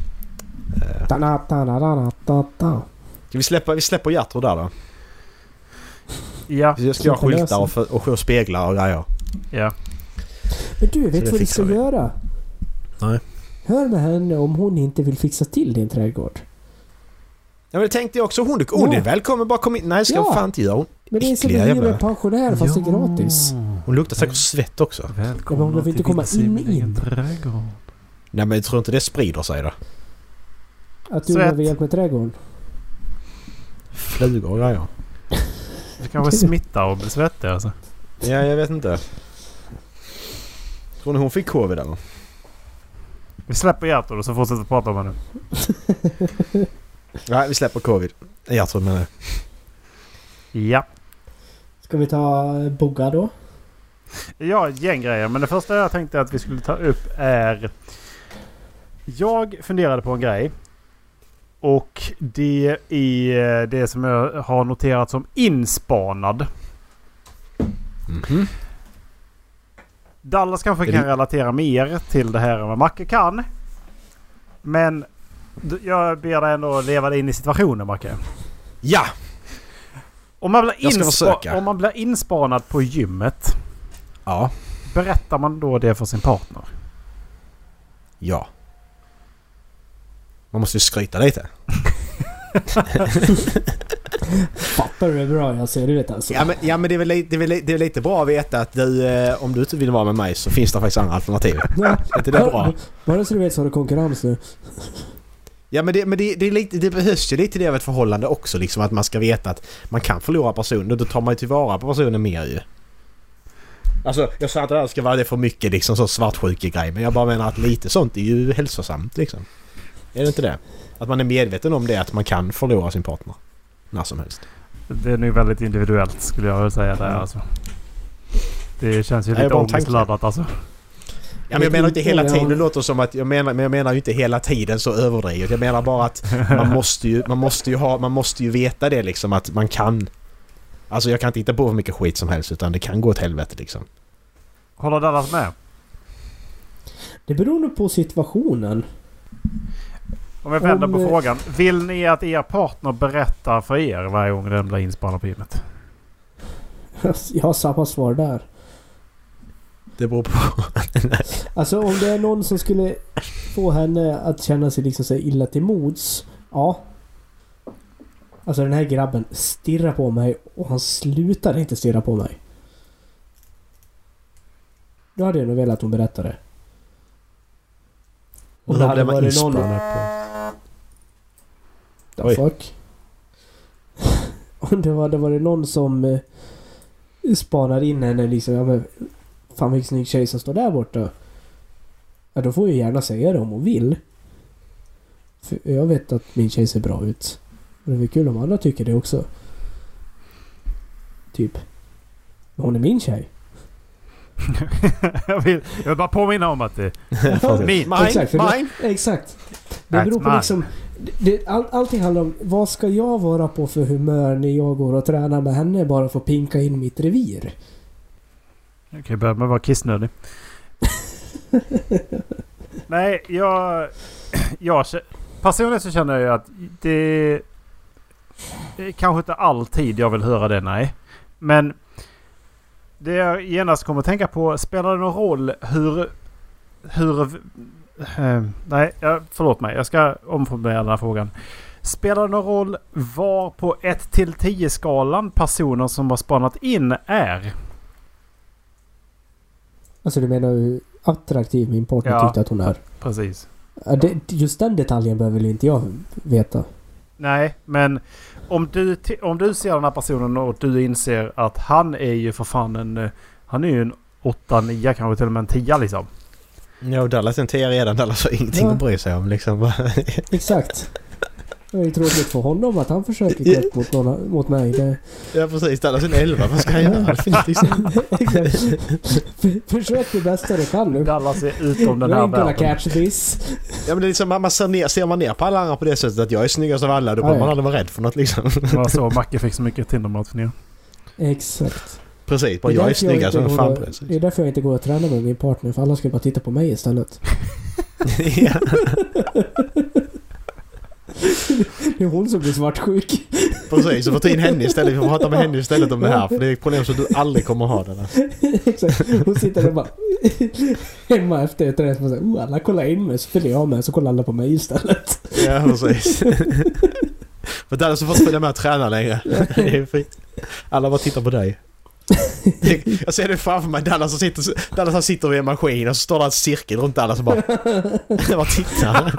Uh. Vi släpper, vi släpper Gertrud där då. Ja. Jag ska ha skyltar och, för, och speglar och grejer. Ja. Men du, vet vad vi ska vi. göra? Nej. Hör med henne om hon inte vill fixa till din trädgård. Ja, men det tänkte jag också. Hon, hon är välkommen. Bara kom in. Nej, ska ja. fan inte göra. Hon men det är som en jävla pensionär fast ja. det är gratis. Hon luktar säkert svett också. Välkommen ja, hon vill inte komma in in. Trädgård. Nej, men jag tror inte det sprider sig då. Att du behöver hjälp med trädgården. Flugor och grejer. Du kanske smittar och blir svettig alltså. Ja, jag vet inte. Tror ni hon fick covid eller? Vi släpper Gertrud och så fortsätter vi prata om henne nu. Nej, vi släpper covid. Jag tror med det. Ja. Ska vi ta bugga då? Ja, gänggrejer. Men det första jag tänkte att vi skulle ta upp är... Jag funderade på en grej. Och det är det som jag har noterat som inspanad. Mm-hmm. Dallas kanske kan relatera mer till det här än vad Macke kan. Men jag ber dig ändå leva dig in i situationen, Macke. Ja! Om man blir, inspa- om man blir inspanad på gymmet. Ja. Berättar man då det för sin partner? Ja. Man måste ju skryta lite. Fattar du det bra? Jag ser det vet alltså. Ja men, ja, men det, är väl, det, är väl, det är lite bra att veta att du, eh, om du inte vill vara med mig så finns det faktiskt andra alternativ. Ja. Är inte det bra? Bara så du vet så har du konkurrens nu. Ja men, det, men det, det, är lite, det behövs ju lite det av ett förhållande också. Liksom att man ska veta att man kan förlora personen. Då tar man ju tillvara på personen mer ju. Alltså jag sa inte att det ska vara det för mycket liksom så svartsjuka grej. Men jag bara menar att lite sånt är ju hälsosamt liksom. Är det inte det? Att man är medveten om det, att man kan förlora sin partner när som helst. Det är nog väldigt individuellt skulle jag vilja säga där alltså. Det känns ju lite ångestladdat alltså. Ja, men jag menar inte hela tiden, det låter som att jag menar, men jag menar ju inte hela tiden så överdrivet. Jag menar bara att man måste ju man måste ju ha man måste ju veta det liksom att man kan. Alltså jag kan inte hitta på för mycket skit som helst utan det kan gå åt helvete liksom. Håller Dallas med? Det beror nog på situationen. Om jag vänder Om, på frågan. Vill ni att er partner berättar för er varje gång den blir inspelad på gymmet? Jag har samma svar där. Det beror på. Alltså om det är någon som skulle få henne att känna sig liksom så illa till mods. Ja. Alltså den här grabben stirrar på mig och han slutar inte stirra på mig. Då hade jag nog velat att hon berättade. Om det hade varit någon... The fuck? Om det hade varit någon som eh, spanar in henne liksom, ja men fan vilken snygg tjej som står där borta. Ja då får jag gärna säga det om hon vill. För jag vet att min tjej ser bra ut. Och det är kul om alla tycker det också. Typ. Men hon är min tjej. jag, vill, jag vill bara påminna om att det är min. Exakt, mine. Det, exakt. Det beror på liksom... Det, all, allting handlar om vad ska jag vara på för humör när jag går och tränar med henne bara för att pinka in mitt revir. Jag kan börja med att vara kissnödig. Nej, jag, jag... Personligen så känner jag att det... Det är kanske inte alltid jag vill höra det, nej. Men... Det jag genast kommer att tänka på, spelar det någon roll hur... Hur... Eh, nej, jag, förlåt mig. Jag ska omformulera den här frågan. Spelar det någon roll var på ett till tio skalan personer som har spanat in är? Alltså du menar hur attraktiv min partner ja, tyckte att hon är? Precis. Det, just den detaljen behöver väl inte jag veta. Nej, men om du, om du ser den här personen och du inser att han är ju för fan en... Han är ju en åtta nio, kanske till och med en tio liksom. Ja, och Dallas är en tia redan. Dallas har ingenting ja. att bry sig om liksom. Exakt. Det är ju tråkigt för honom att han försöker gå upp mot, någon, mot mig. Det... Ja, precis. Dallas är en elva. Vad ska han göra? Exakt. Försök det bästa du kan nu. Dallas är utom den här världen. Catch this. Ja, men det är liksom, man ser, ner, ser man ner på alla andra på det sättet att jag är snyggast av alla, då kommer man aldrig vara rädd för något liksom. Det var så Macke fick så mycket Tindermat för ner. Exakt. Precis, bara jag är snyggast som fan och, det är därför jag inte går att träna med min partner, för alla ska bara titta på mig istället. Ja. Det är hon som blir svartsjuk. Precis, så får ta in henne istället. Vi får prata med henne istället om det här, för det är ett problem som du aldrig kommer att ha det där. Exakt, hon sitter där bara hemma efter ett träning och säger, oh, alla kollar in mig, så följer jag med, så kollar alla på mig istället. Ja, precis. För där så får du följa med och träna längre. Det är fint. Alla bara tittar på dig. Jag ser det framför mig. Dallas som sitter, Dallas som sitter vid en maskin och så står det en cirkel runt alla som bara bara tittar.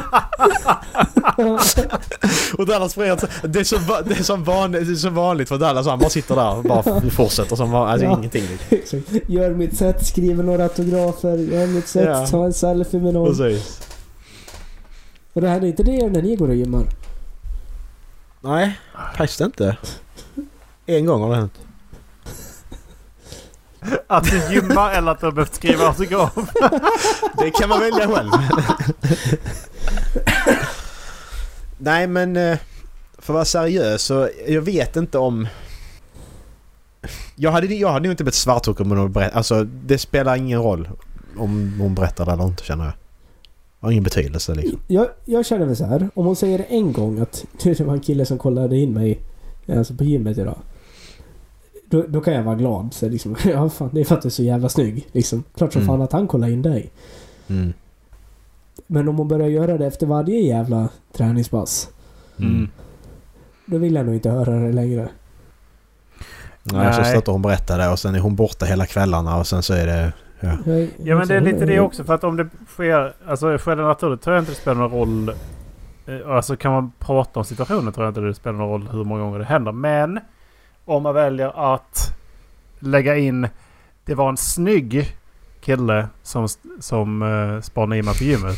Och Dallas springer. Det är så, det är så vanligt, det är så vanligt för Dallas. Han bara sitter där och bara fortsätter som alltså ja. Ingenting. Gör mitt sätt, skriver några autografer, gör mitt sätt, ja. Ta en selfie med någon. Precis. Och det här är inte det när ni går och gymmar? Nej, faktiskt inte. En gång har det hänt. Att du gymmar eller att du har behövt skriva autograf. Det kan man välja själv. Nej, men för att vara seriös så jag vet inte om... Jag hade, jag hade ju inte blivit svartåk om hon berättar. Alltså, det spelar ingen roll om hon berättar det eller inte, känner jag. Det har ingen betydelse liksom. Jag, jag känner väl så här. Om hon säger en gång att det var en kille som kollade in mig alltså på gymmet idag. Då, då kan jag vara glad. Så liksom, ja, fan, det är för att du är så jävla snygg. Liksom. Klart som mm. fan att han kollar in dig. Mm. Men om hon börjar göra det efter varje jävla träningspass. Mm. Då vill jag nog inte höra det längre. Nej, Nej. Så stöter hon berätta det och sen är hon borta hela kvällarna och sen så är det... Ja, jag, ja men det är lite det också. För att om det sker, alltså sker det naturligt tror jag inte det spelar någon roll. Alltså kan man prata om situationen tror jag inte det spelar någon roll hur många gånger det händer. Men om man väljer att lägga in det var en snygg kille som, som uh, spanade in mig på gymmet.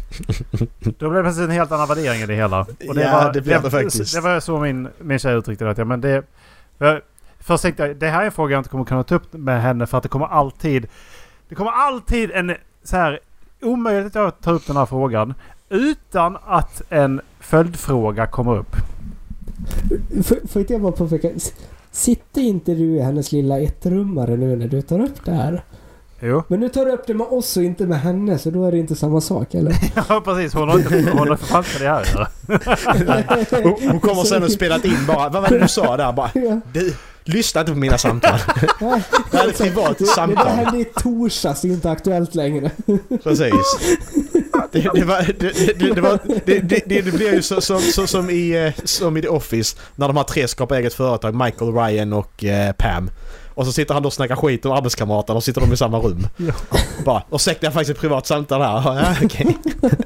Då blev det precis en helt annan värdering i det hela. Och det ja, var, det blev det, det faktiskt. Det var så min, min tjej uttryckte det. Ja, men det för, först tänkte jag, det här är en fråga jag inte kommer kunna ta upp med henne för att det kommer alltid det kommer alltid en så här omöjligt att ta upp den här frågan utan att en följdfråga kommer upp. Får inte jag bara påpeka, sitter inte du i hennes lilla ettrummare nu när du tar upp det här? Jo. Men nu tar du upp det med oss och inte med henne, så då är det inte samma sak, eller? Ja, precis. Hon har inte hon har för fan det här. hon, hon kommer sen och spelat in bara, vad var det du sa där? Bara, du, lyssna inte på mina samtal. Det här är ett privat samtal. Det här är torsdags, inte aktuellt längre. Precis. Det, det, var, det, det, det, var, det, det, det, det blir ju så, så, så, som, i, som i The Office när de har tre skapar eget företag, Michael, Ryan och eh, Pam. Och så sitter han då och snackar skit om arbetskamraterna och sitter de i samma rum. Ja. Bara, och säkert är faktiskt ett privat samtal här. Ja, okej.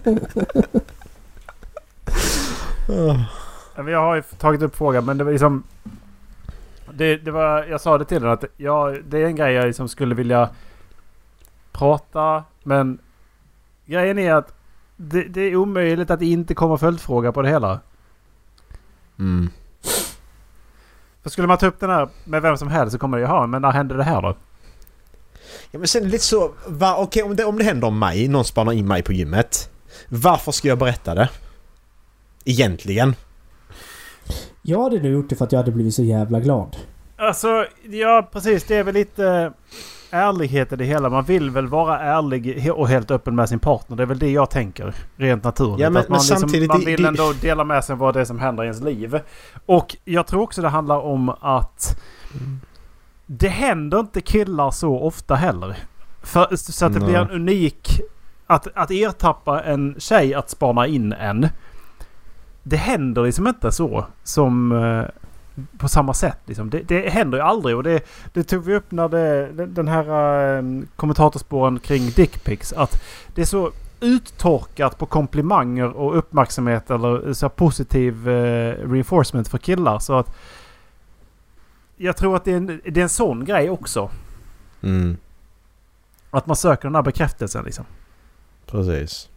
Okay. Jag har ju tagit upp frågan, men det var liksom det, det var, jag sa det till den att ja, det är en grej jag liksom skulle vilja prata, men grejen är att det, det är omöjligt att inte komma följdfråga på det hela. Mm. För skulle man ta upp den här med vem som helst så kommer det ju ha, men när händer det här då? Ja, men sen är det lite så... Va, okej, om det, om det händer om mig, någon spanar in mig på gymmet. Varför ska jag berätta det? Egentligen. Jag hade nog gjort det för att jag hade blivit så jävla glad. Alltså, ja precis. Det är väl lite ärlighet i det hela. Man vill väl vara ärlig och helt öppen med sin partner. Det är väl det jag tänker. Rent naturligt. Ja, men, att man, men liksom, samtidigt, man det, vill det, ändå dela med sig av vad det är som händer i ens liv. Och jag tror också det handlar om att mm. det händer inte killar så ofta heller. För, så att det Nej. blir en unik... Att, att ertappa en tjej att spana in en. Det händer liksom inte så som eh, på samma sätt. Liksom. Det, det händer ju aldrig. Och det, det tog vi upp när det, den här eh, kommentatorspåren kring dickpics. Att det är så uttorkat på komplimanger och uppmärksamhet eller så positiv eh, reinforcement för killar. Så att jag tror att det är en, det är en sån grej också. Mm. Att man söker den här bekräftelsen liksom. Precis.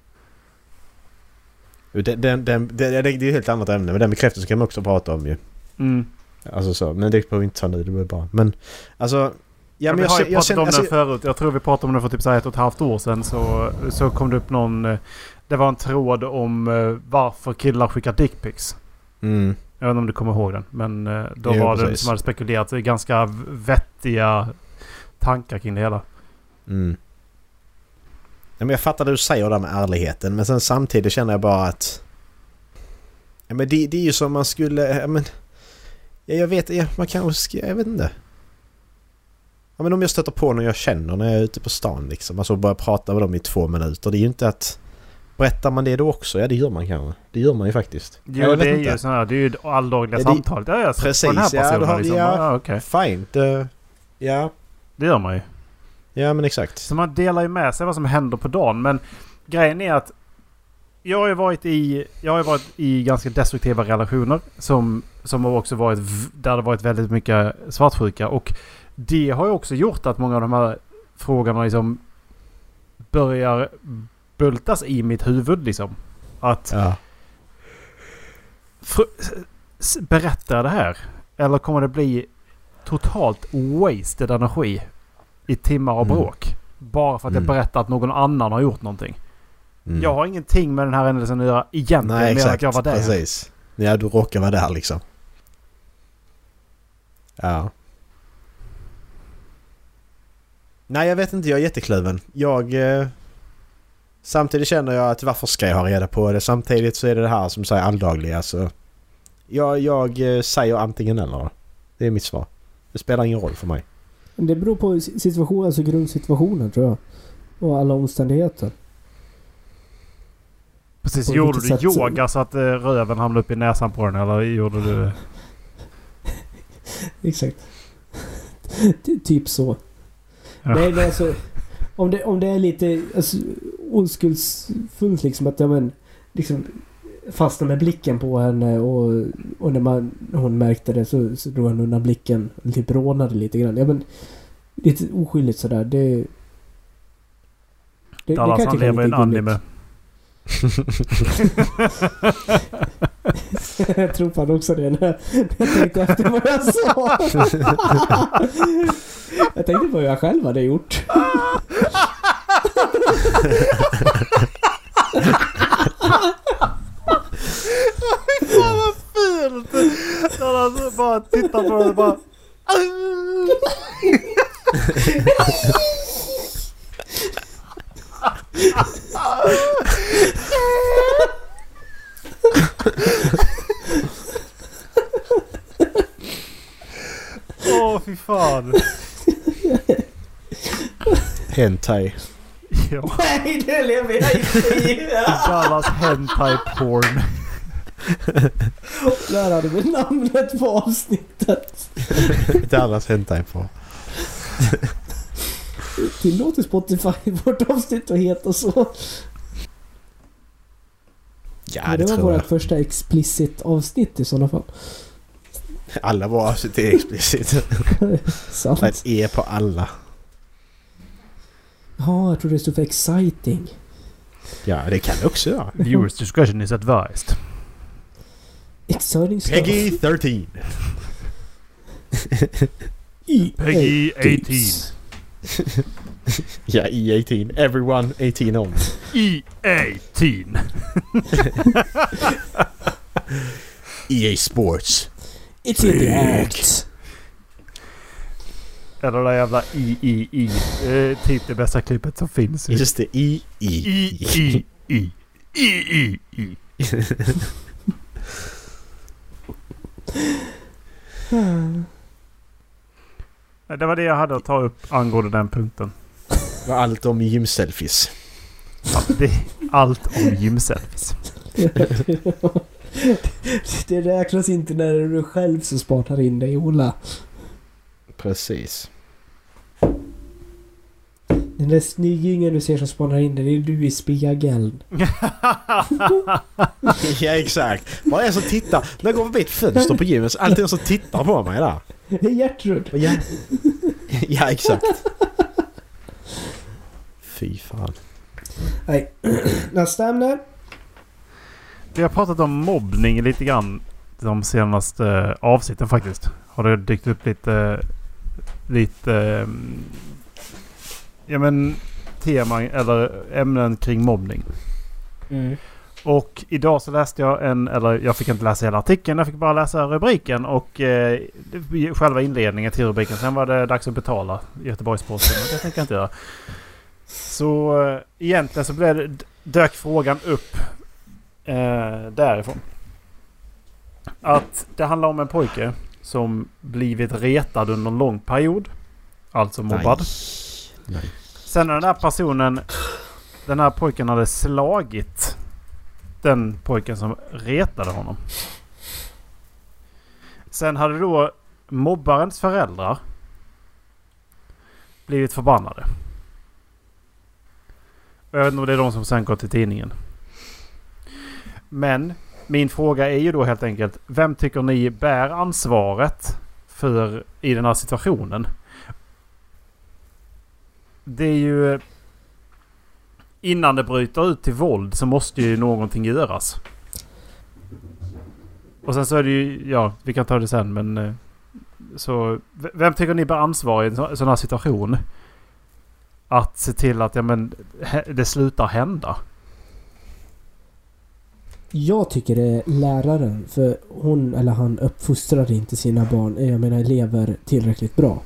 Den, den, den, det, det är ju ett helt annat ämne, men den bekräftelsen kan man också prata om ju. Mm. Alltså så, men det behöver vi inte ta nu, det var bara. Men alltså... Ja, Ja, men vi jag, har ju jag, pratat jag känner, om alltså, den förut. Jag tror vi pratade om den för typ så här ett och ett halvt år sedan. Så, så kom det upp någon... Det var en tråd om uh, varför killar skickar dickpics. Mm. Jag vet inte om du kommer ihåg den. Men uh, då Jo, var det precis. som hade spekulerat i ganska vettiga tankar kring det hela. Mm. Ja, men jag fattar det du säger där med ärligheten, men sen samtidigt känner jag bara att... Ja, men det, det är ju som man skulle... Ja, men, ja, jag vet, ja, man kanske... Jag vet inte. Ja, men om jag stöter på någon jag känner när jag är ute på stan liksom, alltså bara prata med dem i två minuter, det är ju inte att... Berättar man det då också? Ja, det gör man kanske. Det gör man ju faktiskt. Jo, jag vet det är inte. ju sån här, det är ju alldagliga Ja, det- samtalet. Ja, jag Precis, på den här ja, personen du har- liksom. ja. Ja, okej. Fine. Det, ja. Det gör man ju. Ja, men exakt. Så man delar ju med sig vad som händer på dagen. Men grejen är att jag har ju varit i, jag har ju varit i ganska destruktiva relationer som, som har också varit där det varit väldigt mycket svartsjuka. Och det har ju också gjort att många av de här frågorna liksom börjar bultas i mitt huvud liksom. Att Ja. fr- s- berättar jag det här? Eller kommer det bli totalt wasted energi i timmar av Mm. bråk? Bara för att jag Mm. berättar att någon annan har gjort någonting. Mm. Jag har ingenting med den här händelsen att göra egentligen. Nej, mer exakt. att jag var där. Precis. Ja, du råkar vara där liksom. Ja. Nej, jag vet inte. Jag är jättekluven. Jag... Eh, samtidigt känner jag att varför ska jag ha reda på det? Samtidigt så är det det här som säger alldagliga. Så jag, jag eh, säger antingen eller. Det är mitt svar. Det spelar ingen roll för mig. Det beror på situationen, alltså grundsituationen tror jag. Och alla omständigheter. Precis. På Gjorde vilket du sätt- yoga så att eh, röven hamnade upp i näsan på den? Eller gjorde du... Exakt. Ty- typ så. Ja. Nej, men alltså... Om det, om det är lite alltså, oskuldsfullt liksom att ja, men, liksom fastna med blicken på henne och, och när man, hon märkte det så, så drog han undan blicken och typ rånade lite grann. Ja, men lite oskyldigt sådär. Det, det, det Dallas kan jag han tycka är lever i en lite gulligt. anime. Jag tror fan också det när jag tänkte efter vad jag sa. Jag tänkte på vad jag själv hade gjort. Fan vad fult! Dallas bara tittar på den och bara... Åh, oh, fy fan. Hentai. Ja. Nej, det lever jag inte i. Dallas hentai porn. Där hade vi namnet på avsnittet. Dallas hentai på. Tillåter Spotify vårt avsnitt att heta så. Ja, Men det, det var tror jag. vårt första explicit avsnitt i sådana fall. Alla våra avsnitt är explicit. Sant. Ett E på alla. Ja, jag tror det stod för exciting. Ja, det kan det också göra. Viewers discretion is advised. Exciting stuff. Peggy tretton. Peggy arton. Ja, E arton. Everyone arton on. E arton. E A Sports. It's in the act. Eller det där jävla I I I. Eh, typ det bästa klippet som finns. Just det, I I I I I. I I I. Det var det jag hade att ta upp angående den punkten. var allt om gymselfies. Ja, det är allt om gymselfies. Det räknas inte när det är du själv som spanar in dig, Ola. Precis. Den där snyggingen du ser som spanar in dig, det är du i spegeln. Ja, exakt. Vad är det som tittar? När jag går förbi ett fönster på gymmet så är det alltid någon som tittar på mig där. Det är Gertrud. Ja, ja exakt. Fy fan. Nej. Nästa ämne. Vi har pratat om mobbning lite grann de senaste avsnitten faktiskt. Har det dykt upp lite lite ja men teman eller ämnen kring mobbning. Mm. Och idag så läste jag en, eller jag fick inte läsa hela artikeln, jag fick bara läsa rubriken och eh, själva inledningen till rubriken. Sen var det dags att betala Göteborgs-Posten, men det tänker jag inte göra. Så eh, egentligen så blev det, dök frågan upp eh, därifrån. Att det handlar om en pojke som blivit retad under en lång period. Alltså mobbad. Nej. Nej. Sen när den här personen, den här pojken hade slagit den pojken som retade honom. Sen hade då mobbarens föräldrar blivit förbannade. Och jag vet inte om det är de som sen går till tidningen. Men min fråga är ju då helt enkelt, vem tycker ni bär ansvaret för i den här situationen? Det är ju innan det bryter ut till våld så måste ju någonting göras. Och sen så är det ju, ja, vi kan ta det sen, men så vem tycker ni bär ansvar i en sån här situation? Att se till att ja, men, det slutar hända. Jag tycker det är läraren, för hon eller han uppfostrar inte sina barn, jag menar elever, tillräckligt bra.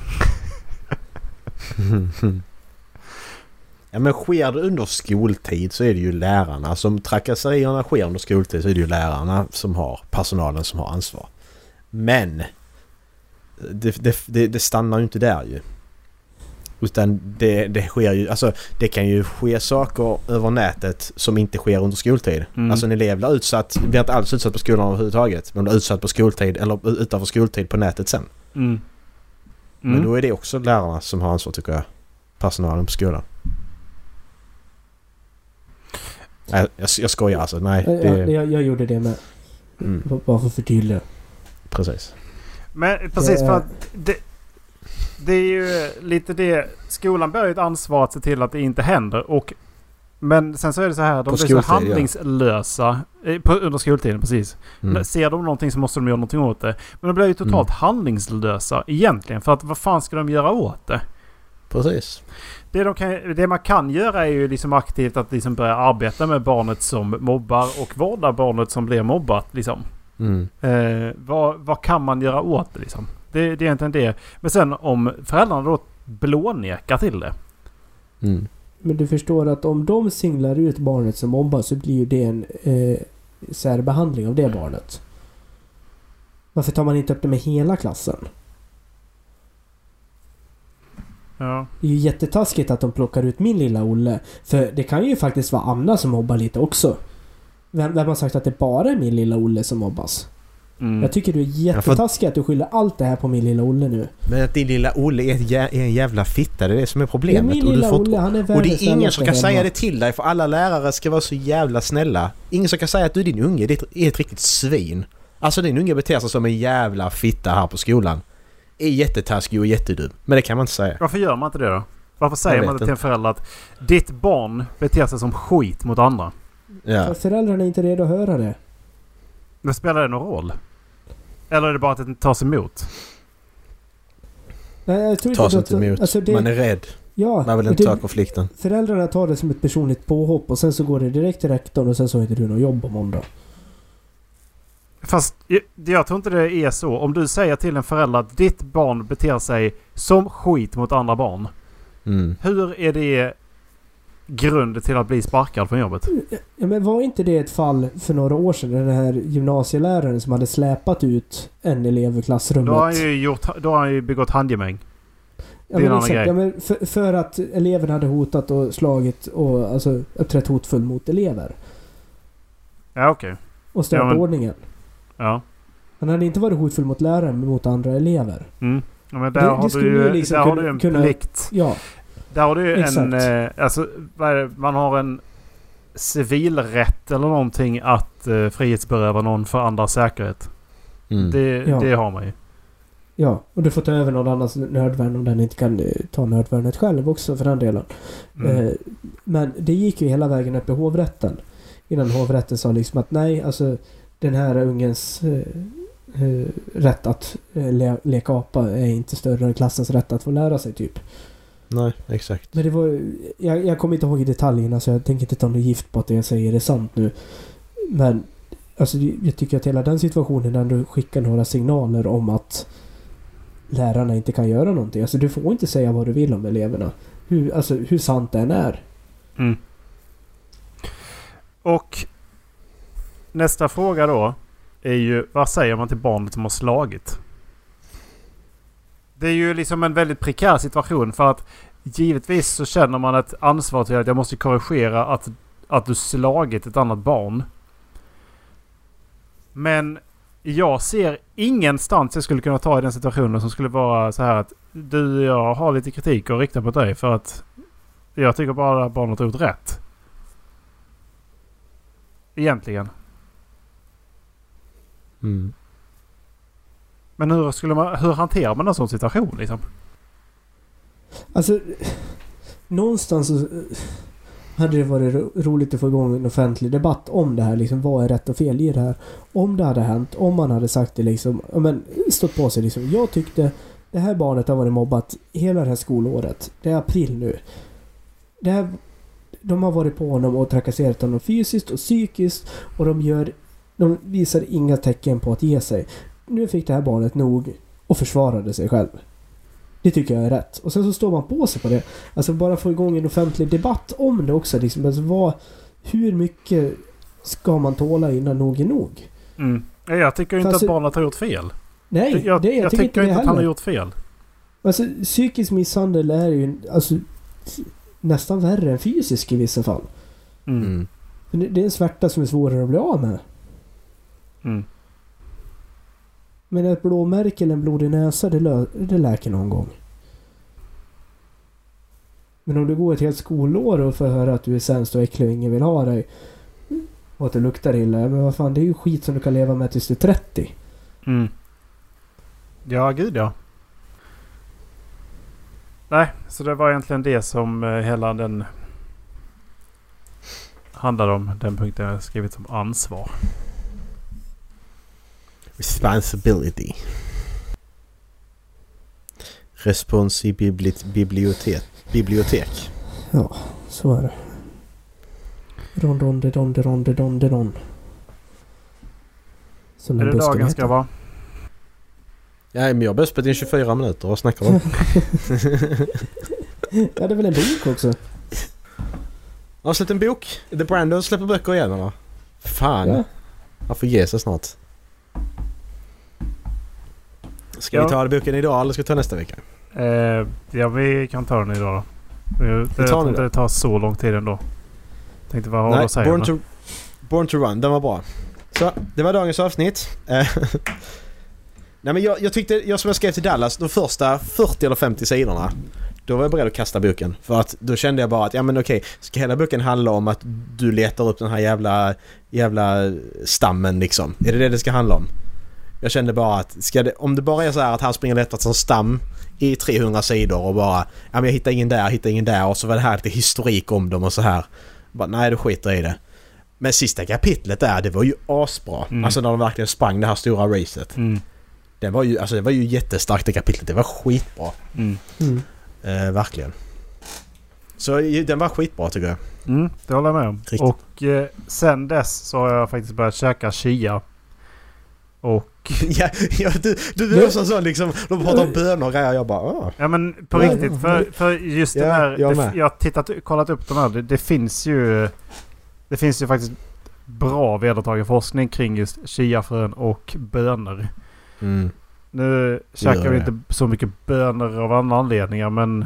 Ja, men sker det under skoltid så är det ju lärarna som trakasserierna sker under skoltid, så är det ju lärarna som har personalen som har ansvar. Men det, det, det, det stannar ju inte där ju. Utan det, det sker ju, alltså det kan ju ske saker över nätet som inte sker under skoltid. Mm. Alltså en elev blir utsatt, blir inte alls utsatt på skolan överhuvudtaget, men blir utsatt på skoltid eller utanför skoltid på nätet sen. Mm. Mm. Men då är det också lärarna som har ansvar, tycker jag. Personalen på skolan. Nej, jag, jag skojar alltså. Nej, det... jag, jag, jag gjorde det med. Mm. Bara för att förtydliga. Precis. Men precis, för att det, det är ju lite det. Skolan bär ju ett ansvar att se till att det inte händer. Och, men sen så är det så här, de blir så handlingslösa ja. på, under skoltiden, precis. Mm. Ser de någonting så måste de göra någonting åt det. Men de blir ju totalt mm. handlingslösa egentligen. För att vad fan ska de göra åt det? Precis. Det, de kan, det man kan göra är ju liksom aktivt att liksom börja arbeta med barnet som mobbar och vårda barnet som blir mobbat. Liksom. Mm. Eh, vad, vad kan man göra åt det? Liksom? Det, det är egentligen det. Men sen om föräldrarna då blånekar till det. Mm. Men du förstår att om de singlar ut barnet som mobbar så blir ju det en eh, särbehandling av det barnet. Varför tar man inte upp det med hela klassen? Ja. Det är ju jättetaskigt att de plockar ut min lilla Olle. För det kan ju faktiskt vara Anna som mobbar lite också. Vem, vem har sagt att det bara är min lilla Olle som mobbas? Mm. Jag tycker du är jättetaskig att du skyller allt det här på min lilla Olle nu. Men att din lilla Olle är, ett jä- är en jävla fitta, det är det som är problemet. Ja, min lilla och, du får, Olle, han är och det är ingen som kan hemma. säga det till dig, för alla lärare ska vara så jävla snälla. Ingen som kan säga att du, din unge, är ett, är ett riktigt svin. Alltså din unge beter sig som en jävla fitta här på skolan. Är jättetaskig och jättedum. Men det kan man inte säga. Varför gör man inte det då? Varför säger man det till en förälder att ditt barn beter sig som skit mot andra? Ja. För föräldrarna är inte redo att höra det. Men spelar det någon roll? Eller är det bara att det inte tas emot? Nej, jag tror Tas inte inte emot. Alltså det, man är rädd. ja, Man vill inte det, ta konflikten. Föräldrarna tar det som ett personligt påhopp och sen så går det direkt till rektorn och sen så har inte du något jobb på måndag. Fast jag, jag tror inte det är så. Om du säger till en förälder att ditt barn beter sig som skit mot andra barn. Mm. Hur är det grund till att bli sparkad från jobbet? Ja, men var inte det ett fall för några år sedan? Den här gymnasieläraren som hade släpat ut en elev i klassrummet. Då har han ju, gjort, då har han ju begått handgemäng. Ja, men exakt. Ja, men för, för att eleven hade hotat och slagit och alltså uppträtt hotfull mot elever. Ja, okej. Okay. Och stört ja, men, ordningen. Ja. Han hade inte varit hotfull mot läraren men mot andra elever. Mm. Ja, men där det, har det du ju liksom där kunna, har du en kunna, plikt. Ja. Där har du ju exakt. en... Eh, alltså, man har en civilrätt eller någonting att eh, frihetsberöva någon för andras säkerhet. Mm. Det, ja. det har man ju. Ja, och du får ta över någon annans nödvärn om den inte kan eh, ta nödvärnet själv också för den delen. Mm. Eh, men det gick ju hela vägen upp i hovrätten. Innan hovrätten sa liksom att nej, alltså den här ungens eh, eh, rätt att eh, le- leka apa är inte större än klassens rätt att få lära sig typ. Nej, exakt. Men det var, jag, jag kommer inte ihåg i detaljerna så jag tänker inte ta något gift på att det jag säger är sant nu. Men alltså, jag tycker att hela den situationen när du skickar några signaler om att lärarna inte kan göra någonting. Alltså du får inte säga vad du vill om eleverna. Hur, alltså, hur sant den är. Mm. Och nästa fråga då är ju, vad säger man till barnet som har slagit? Det är ju liksom en väldigt prekär situation för att givetvis så känner man ett ansvar till att jag måste korrigera att, att du slagit ett annat barn. Men jag ser ingenstans jag skulle kunna ta i den situationen som skulle vara så här att du, jag har lite kritik att rikta på dig för att jag tycker bara att barnet har gjort rätt. Egentligen. Mm. Men hur, skulle man, hur hanterar man en sån situation liksom? Alltså, någonstans så hade det varit ro- roligt att få igång en offentlig debatt om det här. Liksom, vad är rätt och fel i det här? Om det hade hänt, om man hade sagt det liksom, men stått på sig liksom. Jag tyckte det här barnet har varit mobbat hela det här skolåret. Det är april nu. Det här, de har varit på honom och trakasserat honom fysiskt och psykiskt och de gör, de visar inga tecken på att ge sig. Nu fick det här barnet nog och försvarade sig själv. Det tycker jag är rätt. Och sen så står man på sig på det. Alltså bara få igång en offentlig debatt om det också. Liksom. Alltså vad, hur mycket ska man tåla innan nog är nog? Mm. Jag tycker inte alltså, att barnet har gjort fel. Nej, jag, det, jag, jag tycker, tycker inte, inte att han har gjort fel. Alltså psykisk misshandel är ju alltså, nästan värre än fysisk i vissa fall. Mm. Mm. Det, det är en svärta som är svårare att bli av med. Mm. Men ett blåmärke eller en blodig näsa, det, lö- det läker någon gång. Men om du går ett helt skolår och får höra att du är sämst och äcklig och ingen vill ha dig och att du luktar illa, men vad fan, det är ju skit som du kan leva med tills du är trettio. Mm. Ja, gud ja. Nej, så det var egentligen det som eh, hela den handlade om, den punkten jag skrivit som ansvar. Responsibility. Responsibilitet bibliotek. Bibliotek. Ja, så är det. Ron, ron, de, ron, de, ron, de, ron, de, ron. Som är det dagen ska vara? Ja, men jag har börjat spela in tjugofyra minuter och snackar om. Ja, det är väl en bok också. Jag har släppt en bok. The Brandon släpper böcker igen, eller? Fan. Ja. Jag får ge sig snart. Ska ja. vi ta boken idag eller ska vi ta nästa vecka? Eh, ja, vi kan ta den idag då. Jag, jag tror inte det tar så lång tid ändå. Tänkte vad har du att säga? Born to, Born to Run, den var bra. Så, det var dagens avsnitt. Nej, men jag, jag tyckte, jag som jag skrev till Dallas, de första fyrtio eller femtio sidorna, då var jag beredd att kasta boken. För att då kände jag bara att, ja men okej, ska hela boken handla om att du letar upp den här jävla, jävla stammen liksom? Är det det det ska handla om? Jag kände bara att, ska det, om det bara är så här att han springer lättare som stam i trehundra sidor och bara, ja men jag hittar ingen där, jag hittar ingen där och så var det här lite historik om dem och så här. Bara, nej, du skiter i det. Men sista kapitlet där, det var ju asbra. Mm. Alltså när de verkligen sprang det här stora racet. Mm. Det var ju, alltså det var ju jättestarkt det kapitlet. Det var skitbra. Mm. Mm. Eh, verkligen. Så den var skitbra tycker jag. Mm, det håller jag med om. Riktigt. Och eh, sen dess så har jag faktiskt börjat käka chia. Och... ja, ja, du, du, du är så sån liksom, de pratar om bönor och grejer, jag bara, åh. Ja men på Ja, riktigt, för, för just ja, det här, jag det, med. jag har tittat, kollat upp de här, det, det finns ju det finns ju faktiskt bra vedertagen forskning kring just chiafrön och bönor. Mm. Nu käkar vi inte så mycket bönor av andra anledningar, men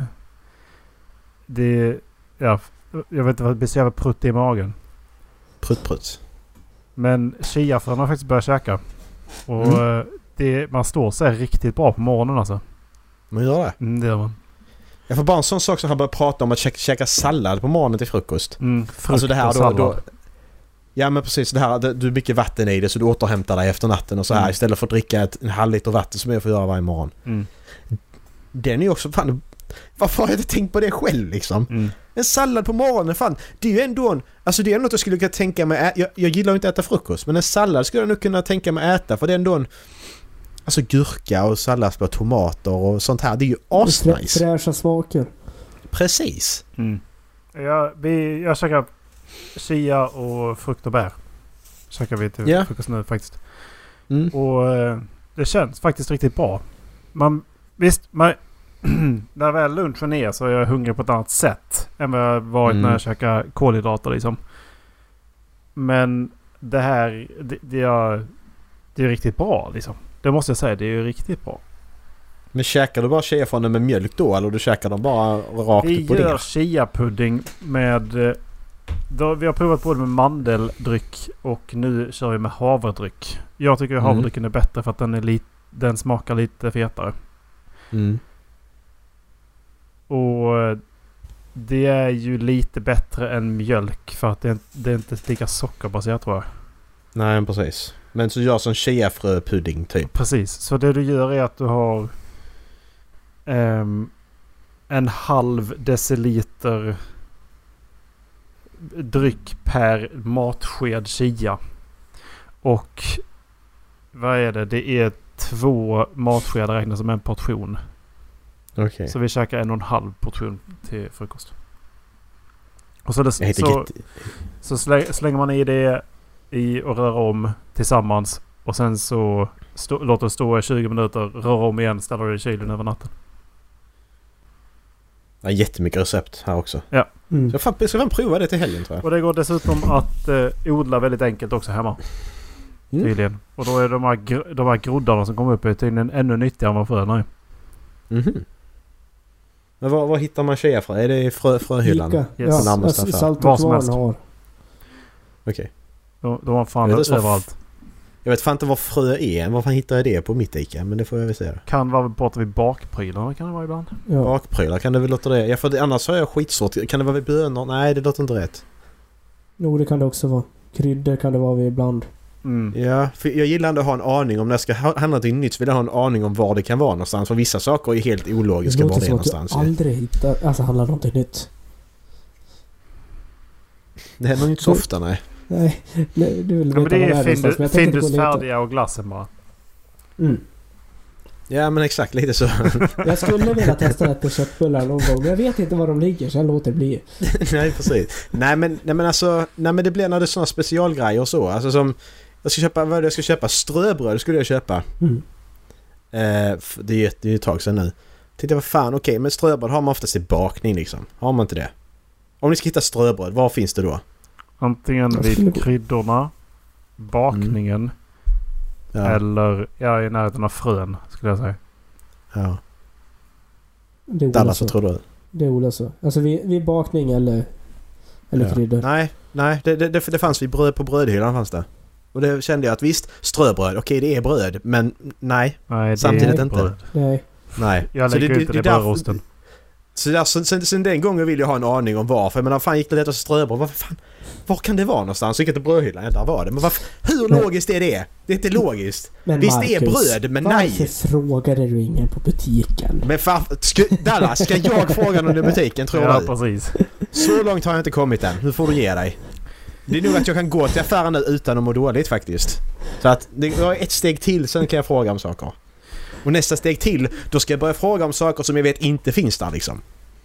det, ja, jag vet inte vad det blir så jävla prutt i magen. Prutt, prutt. Men chiafrön har jag faktiskt börjat käka. Och Mm. det, man står sig riktigt bra på morgonen alltså. Man gör det. Mm, det gör man. Jag får bara en sån sak som han börjar prata om att käka, käka sallad på morgonen till frukost. Mm, frukt Alltså det här och då, sallad. då... Ja men precis, det här, det, du är mycket vatten i det så du återhämtar dig efter natten och så här Mm. istället för att dricka ett, en halv liter vatten som jag får göra varje morgon. Mm. Den är ju också, fan, varför har jag inte tänkt på det själv liksom? Mm. En sallad på morgonen, fan, det är ju ändå en, alltså det är något jag skulle kunna tänka mig, ä- jag, jag gillar ju inte att äta frukost, men en sallad skulle jag nog kunna tänka mig äta, för det är ändå en, alltså gurka och sallad på tomater och sånt här, det är ju asnice. Fräscha smaker. Precis. Mm. Jag, vi, jag käkar chia och frukt och bär. Käkar vi till Ja. frukost nu faktiskt. Mm. Och eh, det känns faktiskt riktigt bra. Man, visst, man, när väl lunchen är så är jag hungrig på ett annat sätt än vad jag varit Mm. när jag käkar kolhydrater liksom. Men det här, det, det, är, det är riktigt bra liksom. Det måste jag säga, det är ju riktigt bra. Men käkar du bara chiafrön med mjölk då, eller du käkar dem bara rakt Vi på gör det? chia-pudding med... eh, Då, vi har provat både med mandeldryck och nu kör vi med havredryck. Jag tycker att Mm. havredrycken är bättre för att den, är lit, den smakar lite fetare. Mm. Och eh, det är ju lite bättre än mjölk för att det, är- det är inte lika sockerbaserat tror jag. Nej, precis. Men så gör som chiafröpudding typ. Precis, så det du gör är att du har ehm, en halv deciliter dryck per matsked chia. Och vad är det? Det är två matskedar räknas som en portion. Okej. Så vi käkar en och en halv portion till frukost. Och så, det, Jag heter så, Gitt. så slä, slänger man i det i och rör om tillsammans. Och sen så stå, låter det stå i tjugo minuter, rör om igen, ställer det i kylen över natten. Ja, jättemycket recept här också. Mm. Så jag fan, jag ska fan prova det till helgen tror jag. Och det går dessutom att eh, odla väldigt enkelt också hemma. Mm. Tydligen. Och då är de här, gr- de här groddarna som kommer upp är tydligen ännu nyttigare än vad fröna är. Mhm. Men vad, vad hittar man chiafrö? Är det i frö, fröhyllan? Ica. Yes. Ja, Närmaste affär. Salt Vad och som kvarn helst. har. Okej. De, de har fan Jag vet inte vad överallt. Jag vet fan inte vad frö är. Var fan hittar jag det på mitt Ica? Men det får jag väl säga. Kan vara borta vid bakprylarna kan det vara ibland. Ja. Bakprylar, kan det väl låta det? Ja, för det, annars har jag skitsvårt. Kan det vara vid bönor? Nej, det låter inte rätt. Jo, det kan det också vara. Kryddor kan det vara vid ibland. Mm. Ja, för jag gillar ändå att ha en aning om när jag ska ha- handla något nytt, så vill jag ha en aning om var det kan vara någonstans. För vissa saker är helt ologiska Det var låter det är som att du någonstans. aldrig hittar... Alltså handlar någonting nytt. Det händer inte så ofta, nej. Nej, nej du vill Ja, men veta det vad är är någonstans, men Findus, jag tänker Findus gå och leta. färdiga och glassen bara. Mm. Ja, men exakt, lite så. Jag skulle vilja testa att äta köttbullar någon gång, men jag vet inte var de ligger så jag låter det bli. Nej, precis. Nej men, nej, men alltså, nej, men det blir när det är sådana specialgrejer och så. Alltså som, jag ska köpa, vad är det jag ska köpa? Ströbröd skulle jag köpa. Mm. Eh, f- det är ju det är ju ett tag sedan nu. Tänkte vad fan, okej, men ströbröd har man oftast i bakning liksom. Har man inte det? Om ni ska hitta ströbröd, var finns det då? Antingen Jag skulle vid gå- kryddorna, bakningen Ja, eller ja, i närheten av frön skulle jag säga. ja. Det odlas Dallas, så. vad tror du? Det odlas så. Alltså vid, vid bakning eller, eller Ja. kryddor. Nej, nej, det, det, det, det fanns vid bröd på brödhyllan fanns det. Och det kände jag att visst, ströbröd, okej det är bröd, men nej, Nej, det Samtidigt är inte. bröd. Nej. nej. Jag Så lägger det- inte det- det, det är bara därför- rosten. Så där, sen, sen, sen den gången vill jag ha en aning om varför. Men fan gick det lätt att ströbröd? Vad fan? Var kan det vara någonstans? Så gick jag till brödhyllan. Ja, där var det. Men varför, hur men, logiskt är det? Det är inte logiskt. Men visst, Marcus, det är bröd, men varför nej. Varför frågade du ingen på butiken? Men fan, ska, Dallas, ska jag fråga någon i butiken, tror ja, du? Precis. Så långt har jag inte kommit än. Nu får du ge dig. Det är nog att jag kan gå till affären nu utan att må dåligt faktiskt. Så att det var ett steg till, sen kan jag fråga om saker. Och nästa steg till, då ska jag börja fråga om saker som jag vet inte finns där liksom.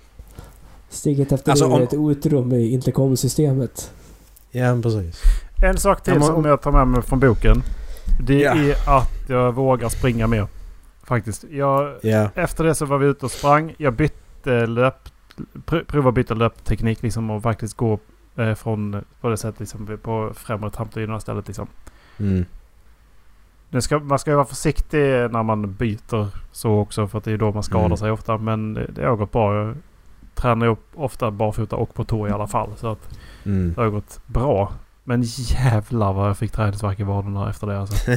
Steget efter alltså, det är om... ett utrum i intercom-systemet. Ja, precis. En sak till ja, man... som jag tar med mig från boken. Det ja. är att jag vågar springa mer. Faktiskt. Jag, ja. Efter det så var vi ute och sprang. Jag bytte löp... Pr- prova byta löpteknik liksom och faktiskt gå eh, från på det sättet liksom på främre trampolin stället liksom. Mm. Det ska, man ska ju vara försiktig när man byter så också för att det är då man skadar mm. sig ofta. Men det, det har gått bra. Jag tränar ju ofta barfota och på tå i alla fall. Så att mm. det har gått bra. Men jävlar vad jag fick träningsvärk i vaderna efter det alltså.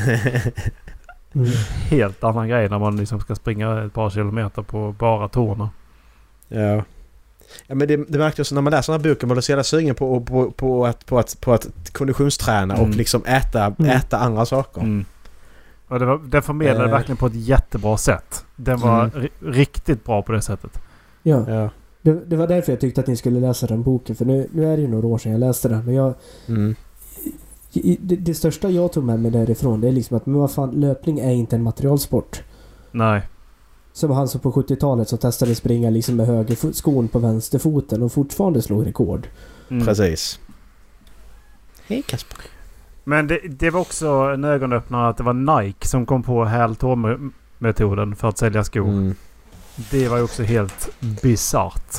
mm. Helt annan grej när man liksom ska springa ett par kilometer på bara tårna. Ja. Ja, men det, det märkte jag så när man läser den här boken, man var så jävla sugen på, på, på, att, på, att, på att konditionsträna mm. och liksom äta, mm. äta andra saker. Mm. Och det, var, den förmedlade äh. verkligen på ett jättebra sätt. Den var mm. r- riktigt bra på det sättet. Ja, ja. Det, det var därför jag tyckte att ni skulle läsa den boken. För nu, nu är det ju några år sedan jag läste den. Men jag, mm. i, det, det största jag tog med mig därifrån, det är liksom att men vad fan, löpning är inte en materialsport. Nej. Som han som på sjuttiotalet så testade springa liksom med höger skon på vänsterfoten och fortfarande slog rekord. Mm. Precis. Hej Kasper. Men det, det var också en ögonöppnare att det var Nike som kom på häl-tå-metoden för att sälja skor. Mm. Det var ju också helt bizarrt.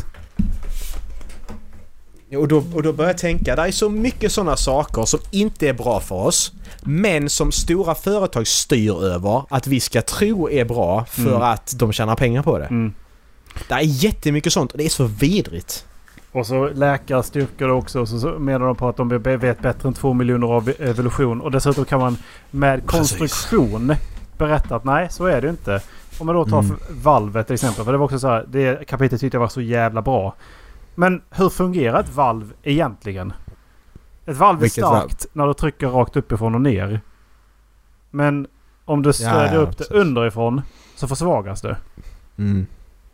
Och då, och då börjar jag tänka, det är så mycket sådana saker som inte är bra för oss, men som stora företag styr över att vi ska tro är bra för mm. att de tjänar pengar på det. Mm. Det är jättemycket sånt och det är så vidrigt. Och så läkare styrker det också, och så menar de på att de vet bättre än två miljoner av evolution. Och dessutom kan man med konstruktion Precis. berätta att nej, så är det inte. Om man då tar mm. valvet till exempel, för det var också så här, det kapitlet tyckte jag var så jävla bra. Men hur fungerar ett valv egentligen? Ett valv är Vilket starkt valv? när du trycker rakt uppifrån och ner. Men om du stödjer ja, ja, upp det precis. underifrån så försvagas det. Mm.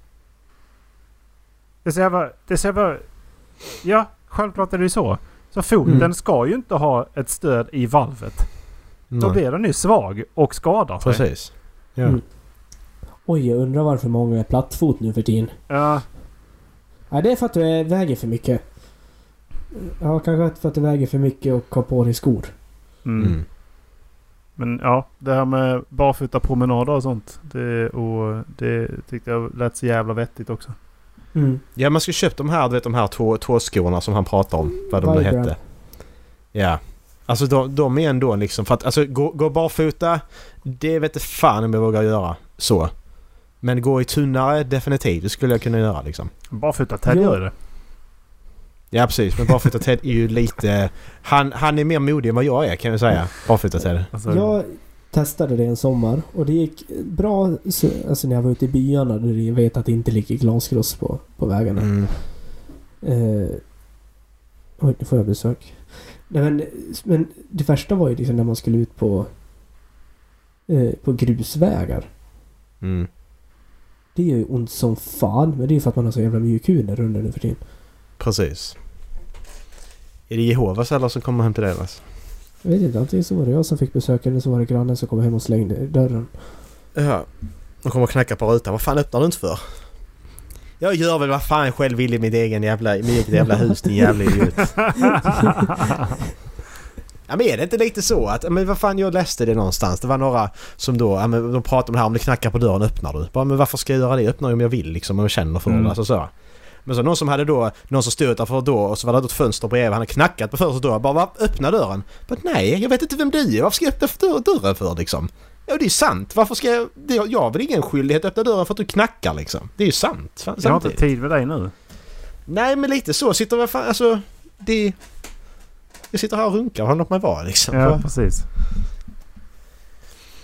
Det ser jag det ser jag ja, självklart är det ju så. Så foten mm. ska ju inte ha ett stöd i valvet. Nej. Då blir den ju svag och skadar sig. Precis. Ja. Mm. Oj, jag undrar varför många är plattfot nu för tiden. Ja. Ja, det är för att du väger för mycket. Ja, kanske för att du väger för mycket och har på dig skor. Mm. Mm. Men ja, det här med barfota promenader och sånt. Det, och det tyckte jag lät så jävla vettigt också. Mm. Ja, man ska köpa de här, du vet, de här två, två skorna som han pratar om. Vad de nu hette. Ja. Alltså de, de är ändå liksom, för att alltså, gå, gå barfota, det vet jag fan om jag vågar göra så. Men gå i tunnare, definitivt. Det skulle jag kunna göra liksom. Barfota Ted gör det. Ja, precis. Men barfota Ted är ju lite... Han, han är mer modig än vad jag är, kan jag säga. Barfota Ted. Alltså, jag testade det en sommar och det gick bra alltså när jag var ute i byarna där jag vet att det inte ligger glasgross på, på vägarna. Mm. Eh, oj, nu får jag besök. Nej, men, men det värsta var ju liksom när man skulle ut på eh, på grusvägar. Mm. Det är ju ont som fan, men det är för att man har så jävla mjuk hud där under nu för tiden. Precis. Är det Jehovas eller som kommer hem till dig? Alltså? Jag vet inte, antingen så var det jag som fick besöka eller så var det grannen som kom hem och slängde dörren. Ja, de kommer knacka på rutan. Vad fan öppnar du inte för? Jag gör väl vad fan själv vill i mitt egen jävla, mitt eget jävla hus, din jävla idiot. Ja, men är det inte lite så att, men vad fan, jag läste det någonstans. Det var några som då, ja, men de pratade om det här, om det knackar på dörren öppnar du. Bara, men varför ska jag göra det? Jag öppnar om jag vill liksom, om jag känner för mm. det. Alltså, så. Men så någon som hade då, någon som stod utanför då och så var det ett fönster bredvid, han hade knackat på första dörren. Bara, bara öppna dörren. Men nej, jag vet inte vem du är. Varför ska jag öppna dörren för liksom? Ja, det är sant. Varför ska jag... Det, jag har väl ingen skyldighet att öppna dörren för att du knackar liksom. Det är ju sant. Fan, jag har inte tid med dig nu. Nej, men lite så. Sitter jag fan... Alltså... Det... Jag sitter här och runkar och har något med var liksom. Ja, precis.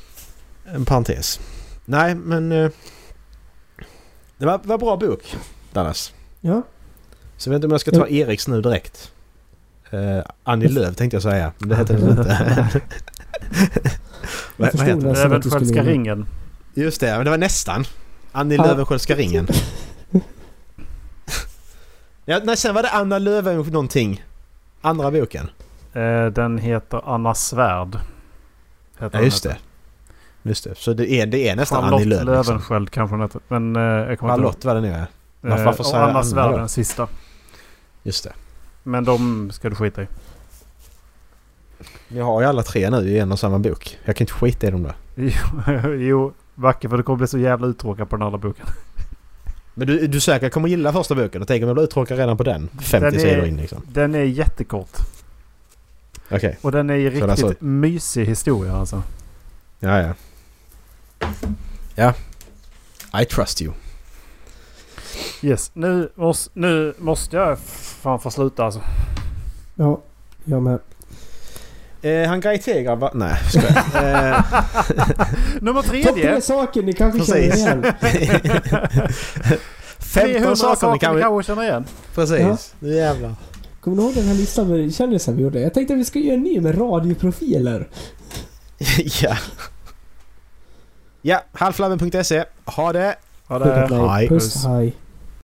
En parentes. Nej, men... Uh, det var, var bra bok. Dallas. Ja. Så jag vet inte om jag ska ta Eriks nu direkt. Uh, Annie Lööf tänkte jag säga. Men det heter det inte. vad, vad heter det? Löwenskiöldska ringen. Just det, men det var nästan. Annie ja. Löwenskiöldska ringen. ja, nej, sen var det Anna Lööf någonting. Andra boken. Uh, den heter Anna Svärd. Ja, just det. Just det. Så det är, det är nästan Charlotte Annie Lööf. Löwenskiöld liksom. Kanske hon heter. Men uh, jag kommer Charlotte inte var det nu är. Varför, varför och Anna Svärd den sista. Just det. Men de ska du skita i. Jag har ju alla tre nu i en och samma bok. Jag kan inte skita i dem då. jo, vacker för det kommer bli så jävla uttråkad på den andra boken. Men du, du säkert kommer gilla första boken och tänker om jag blir uttråkad redan på den. femtio den är, sidor in liksom. Den är jättekort. Okej. Okay. Och den är ju riktigt alltså mysig historia alltså. Ja, ja. Ja. I trust you. Yes, nu måste, nu måste jag fan få sluta alltså. Ja, jag med. Eh, han Gaitegra va? Nej, ska jag. eh. Nummer tredje. Topp tre saker ni kanske Precis. känner igen. femton saker ni kanske kan känna igen. Precis. Ja. Nu jävlar. Kommer du ihåg den här listan med kändisar vi gjorde? Jag tänkte att vi ska göra en ny med radioprofiler. ja. Ja, halflabben punkt se. Ha det. Ha det. Puss, hej.